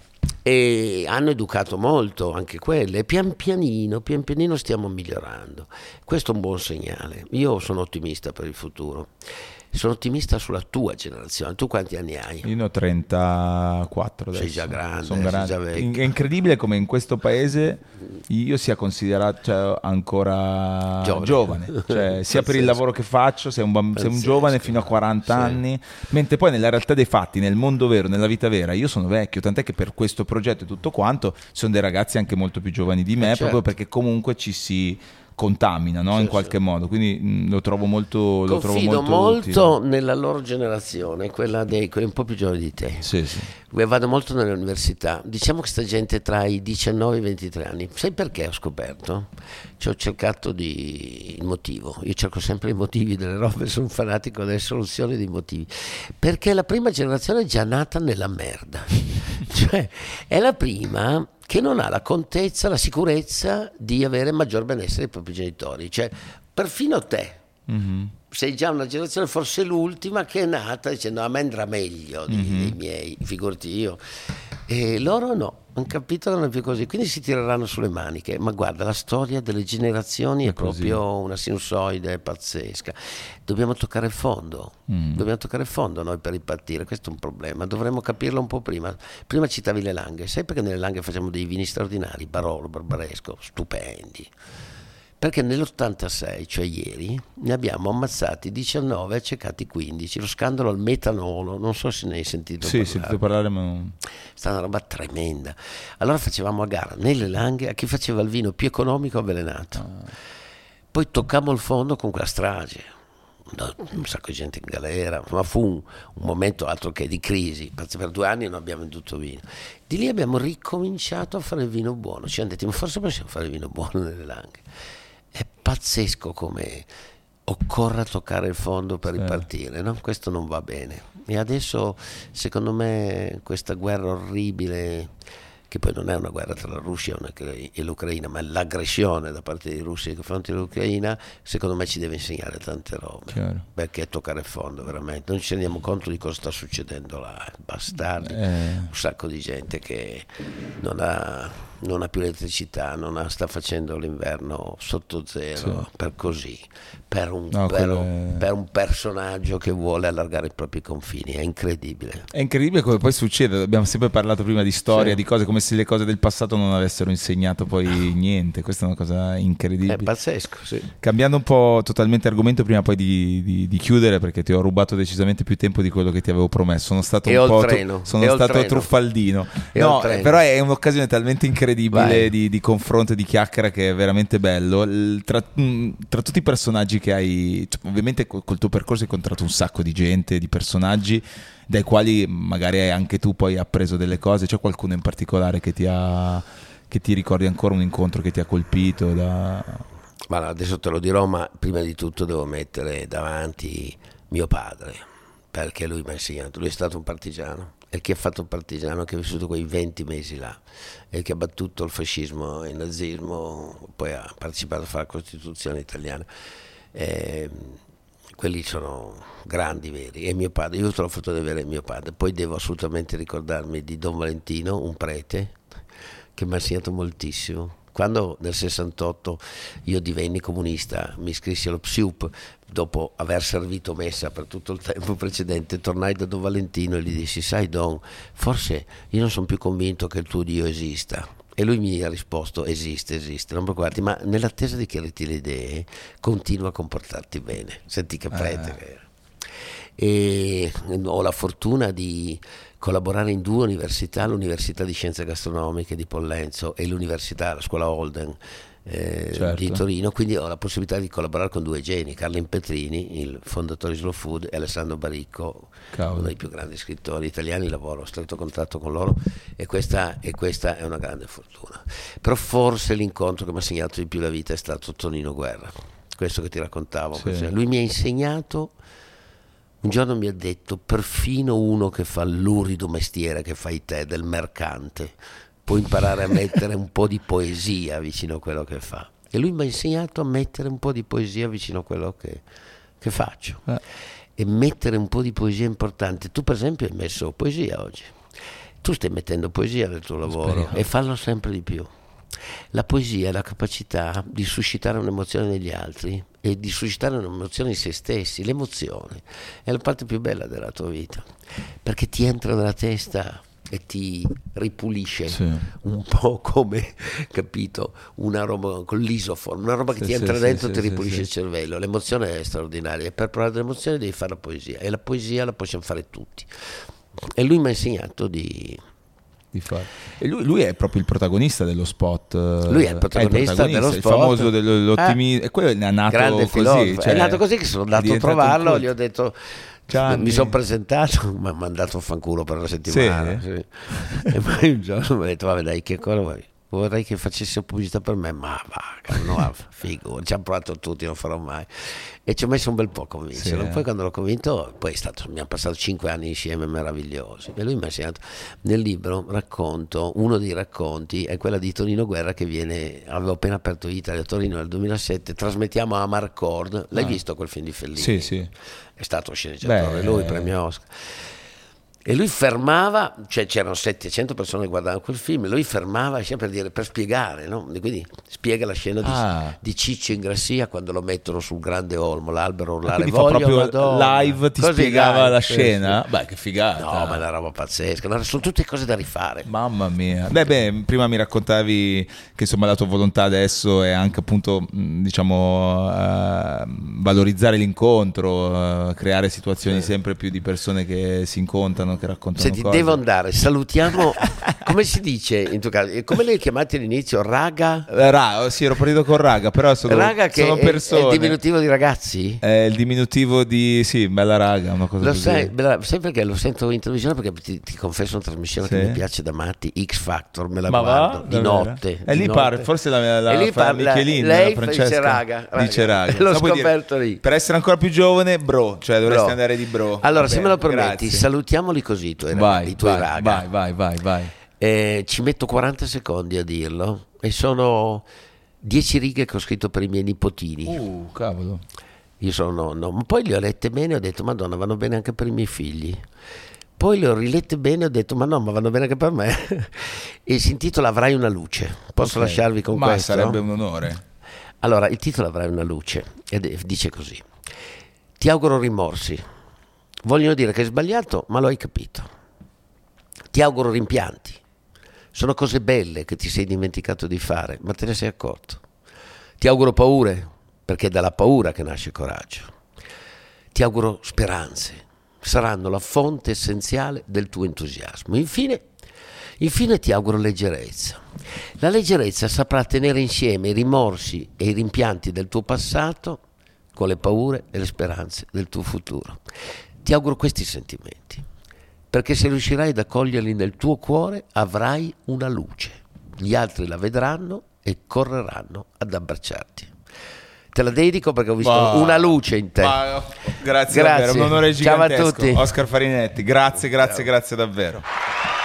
E hanno educato molto anche quelle, e pian pianino, pian pianino stiamo migliorando. Questo è un buon segnale. Io sono ottimista per il futuro. Sono ottimista sulla tua generazione. Tu quanti anni hai? Io ne ho trentaquattro adesso. Sei già grande, Sono sei grande. già vecchio. È incredibile come in questo paese io sia considerato, cioè, ancora giovane, giovane. Cioè, sia per il lavoro che faccio, sei un, bamb- sei un giovane fino a quaranta, sì, anni, mentre poi nella realtà dei fatti, nel mondo vero, nella vita vera, io sono vecchio, tant'è che per questo progetto e tutto quanto sono dei ragazzi anche molto più giovani di me, eh, certo, proprio perché comunque ci si contamina, no? Sì, in qualche sì. modo, quindi mh, lo trovo molto lo trovo molto, molto nella loro generazione, quella dei quelli un po' più giovani di te. Sì, sì. Vado molto nelle università, diciamo che sta gente tra i diciannove e i ventitré anni. Sai perché ho scoperto? Ci ho cercato di il motivo, io cerco sempre i motivi delle robe, sono un fanatico delle soluzioni dei motivi, perché la prima generazione è già nata nella merda, cioè è la prima che non ha la contezza, la sicurezza di avere maggior benessere dei propri genitori, cioè perfino te, mm-hmm, sei già una generazione, forse l'ultima, che è nata dicendo a me andrà meglio di, mm-hmm, dei miei, figurati io, e loro no, hanno capito che non è più così, quindi si tireranno sulle maniche. Ma guarda, la storia delle generazioni è, è proprio una sinusoide pazzesca, dobbiamo toccare il fondo, mm. dobbiamo toccare il fondo noi per ripartire, questo è un problema, dovremmo capirlo un po' prima. Prima citavi le Langhe, sai perché nelle Langhe facciamo dei vini straordinari, Barolo, Barbaresco, stupendi? Perché nell'ottantasei, cioè ieri, ne abbiamo ammazzati diciannove e accecati quindici, lo scandalo al metanolo, non so se ne hai sentito sì, parlare. Sì, sentito parlare, ma... È stata una roba tremenda. Allora facevamo a gara nelle Langhe a chi faceva il vino più economico avvelenato. Ah. Poi toccammo il fondo con quella strage. Un sacco di gente in galera, ma fu un, un momento altro che di crisi, per due anni non abbiamo venduto vino. Di lì abbiamo ricominciato a fare il vino buono, ci hanno detto ma forse possiamo fare il vino buono nelle Langhe. È pazzesco come occorra toccare il fondo per sì. ripartire, no? Questo non va bene. E adesso, secondo me, questa guerra orribile, che poi non è una guerra tra la Russia e l'Ucraina, ma l'aggressione da parte dei russi nei confronti dell'Ucraina, secondo me ci deve insegnare tante robe. Chiaro. Perché toccare il fondo, veramente. Non ci rendiamo conto di cosa sta succedendo là. Bastardi, eh. un sacco di gente che non ha... non ha più elettricità, non ha, sta facendo l'inverno sotto zero, sì. per così, per un, no, per, è... per un personaggio che vuole allargare i propri confini, è incredibile. È incredibile come poi succede, abbiamo sempre parlato prima di storia, sì. di cose, come se le cose del passato non avessero insegnato poi niente, questa è una cosa incredibile. È pazzesco, sì. Cambiando un po' totalmente argomento prima poi di, di, di chiudere, perché ti ho rubato decisamente più tempo di quello che ti avevo promesso, sono stato e un po' treno, tu, sono stato truffaldino, no, però è un'occasione talmente incredibile di, di confronto e di chiacchiera che è veramente bello. Tra, tra tutti i personaggi che hai, cioè, ovviamente col, col tuo percorso hai incontrato un sacco di gente, di personaggi dai quali magari anche tu poi hai appreso delle cose. C'è qualcuno in particolare che ti ha, che ti ricordi ancora un incontro che ti ha colpito? Da... Ma adesso te lo dirò, ma prima di tutto devo mettere davanti mio padre, perché lui mi ha insegnato, lui è stato un partigiano, e chi ha fatto un partigiano, che ha vissuto quei venti mesi là e che ha battuto il fascismo e il nazismo, poi ha partecipato a fare la Costituzione italiana. Eh, quelli sono grandi veri, e mio padre, io ho la fortuna di avere mio padre. Poi devo assolutamente ricordarmi di Don Valentino, un prete che mi ha insegnato moltissimo. Quando nel sessantotto io divenni comunista, mi iscrissi allo P S I U P, dopo aver servito messa per tutto il tempo precedente, tornai da Don Valentino e gli dissi: sai Don, forse io non sono più convinto che il tuo Dio esista. E lui mi ha risposto: esiste, esiste, non preoccuparti, ma nell'attesa di chiarirti le idee continua a comportarti bene. Senti che prete ah. che era. E ho la fortuna di collaborare in due università, l'Università di Scienze Gastronomiche di Pollenzo e l'Università, la Scuola Holden eh, certo. di Torino, quindi ho la possibilità di collaborare con due geni, Carlo Impetrini, il fondatore di Slow Food, e Alessandro Baricco, Cavolo. uno dei più grandi scrittori italiani. Lavoro a stretto contatto con loro, e questa, e questa è una grande fortuna. Però forse l'incontro che mi ha segnato di più la vita è stato Tonino Guerra, questo che ti raccontavo. Sì. Lui mi ha insegnato. Un giorno mi ha detto: perfino uno che fa l'urido mestiere che fai te, del mercante, può imparare a mettere un po' di poesia vicino a quello che fa. E lui mi ha insegnato a mettere un po' di poesia vicino a quello che, che faccio. Eh. E mettere un po' di poesia è importante. Tu per esempio hai messo poesia oggi. Tu stai mettendo poesia nel tuo lavoro. Speriamo. E fallo sempre di più. La poesia è la capacità di suscitare un'emozione negli altri e di suscitare un'emozione in se stessi. L'emozione è la parte più bella della tua vita, perché ti entra nella testa e ti ripulisce, sì. un po' come, capito, una roba con l'isoform, una roba che sì, ti entra sì, dentro e sì, ti ripulisce sì, il cervello. L'emozione è straordinaria, e per provare l'emozione devi fare la poesia, e la poesia la possiamo fare tutti. E lui mi ha insegnato di... di fare. E lui, lui è proprio il protagonista dello spot. Lui è il protagonista, è il protagonista dello spot, il famoso dell'ottimismo. Eh, e quello è nato grande così. Cioè, è nato così che sono andato a trovarlo, gli ho detto, Gianni. mi sono presentato, mi ha mandato un fanculo per una settimana. Sì. Sì. E poi un giorno mi ha detto: vabbè dai, che cosa vuoi? Vorrei che facessi pubblicità per me, ma va, no, figo, ci hanno provato tutti, non farò mai. E ci ho messo un bel po' a convincerlo. Sì, eh. Poi quando l'ho convinto, poi è stato, mi hanno passato cinque anni insieme meravigliosi. E lui mi ha insegnato. Nel libro racconto, uno dei racconti è quella di Tonino Guerra, che viene, avevo appena aperto Italia a Torino nel duemilasette, trasmettiamo a Amarcord. L'hai ah. visto quel film di Fellini? Sì, sì. È stato sceneggiatore, Beh, lui, premio Oscar. E lui fermava, cioè c'erano settecento persone che guardavano quel film, e lui fermava per dire, per spiegare, no? E quindi spiega la scena ah. di, di Ciccio Ingrassia quando lo mettono sul grande olmo, l'albero urlare, quindi fa proprio Madonna. Live, ti Così spiegava live, la sì, scena? Sì. Beh, che figata. No, ma è una roba pazzesca, sono tutte cose da rifare. Mamma mia. Beh, beh, prima mi raccontavi che insomma la tua volontà adesso è anche appunto, diciamo, uh, valorizzare l'incontro, uh, creare situazioni sì. sempre più di persone che si incontrano, che raccontano Senti, cose. Devo andare, salutiamo. Come si dice in tuo caso? Come li hai chiamati all'inizio? Raga? Ra, sì, ero partito con raga, però sono, raga che sono persone. È il diminutivo di ragazzi? È il diminutivo di, sì, bella raga, una cosa lo così. Sai, bella, sai perché lo sento in televisione? Perché ti, ti confesso una trasmissione sì. che mi piace da matti, X Factor, me la Ma guardo va? di notte. E lì parla, forse la, la, e lì fa parla, Michelin, lei la Francesca, dice raga, raga. Dice raga. L'ho scoperto dire, lì. Per essere ancora più giovane, bro, cioè dovresti bro. andare di bro. Allora, Vabbè, se me lo permetti, grazie. salutiamoli così i tuoi, vai, i tuoi vai, raga. Vai, vai, vai, vai. Eh, ci metto quaranta secondi a dirlo, e sono dieci righe che ho scritto per i miei nipotini. Uh, cavolo. Io sono nonno, ma poi li ho lette bene e ho detto: Madonna, vanno bene anche per i miei figli. poi le ho rilette bene e ho detto ma no, ma vanno bene anche per me. E si intitola Avrai una luce. Posso Ok. lasciarvi con Ma questo? sarebbe un onore. Allora, il titolo Avrai una luce ed è- dice così: ti auguro rimorsi, vogliono dire che hai sbagliato ma lo hai capito. Ti auguro rimpianti, sono cose belle che ti sei dimenticato di fare ma te ne sei accorto. Ti auguro paure, perché è dalla paura che nasce coraggio. Ti auguro speranze, saranno la fonte essenziale del tuo entusiasmo. Infine, infine ti auguro leggerezza. La leggerezza saprà tenere insieme i rimorsi e i rimpianti del tuo passato con le paure e le speranze del tuo futuro. Ti auguro questi sentimenti, perché se riuscirai ad accoglierli nel tuo cuore avrai una luce. Gli altri la vedranno e correranno ad abbracciarti. Te la dedico perché ho visto Ma- una luce in te. ma- grazie, Grazie. davvero, un onore Ciao a gigantesco. tutti. Oscar Farinetti, grazie, grazie, grazie davvero.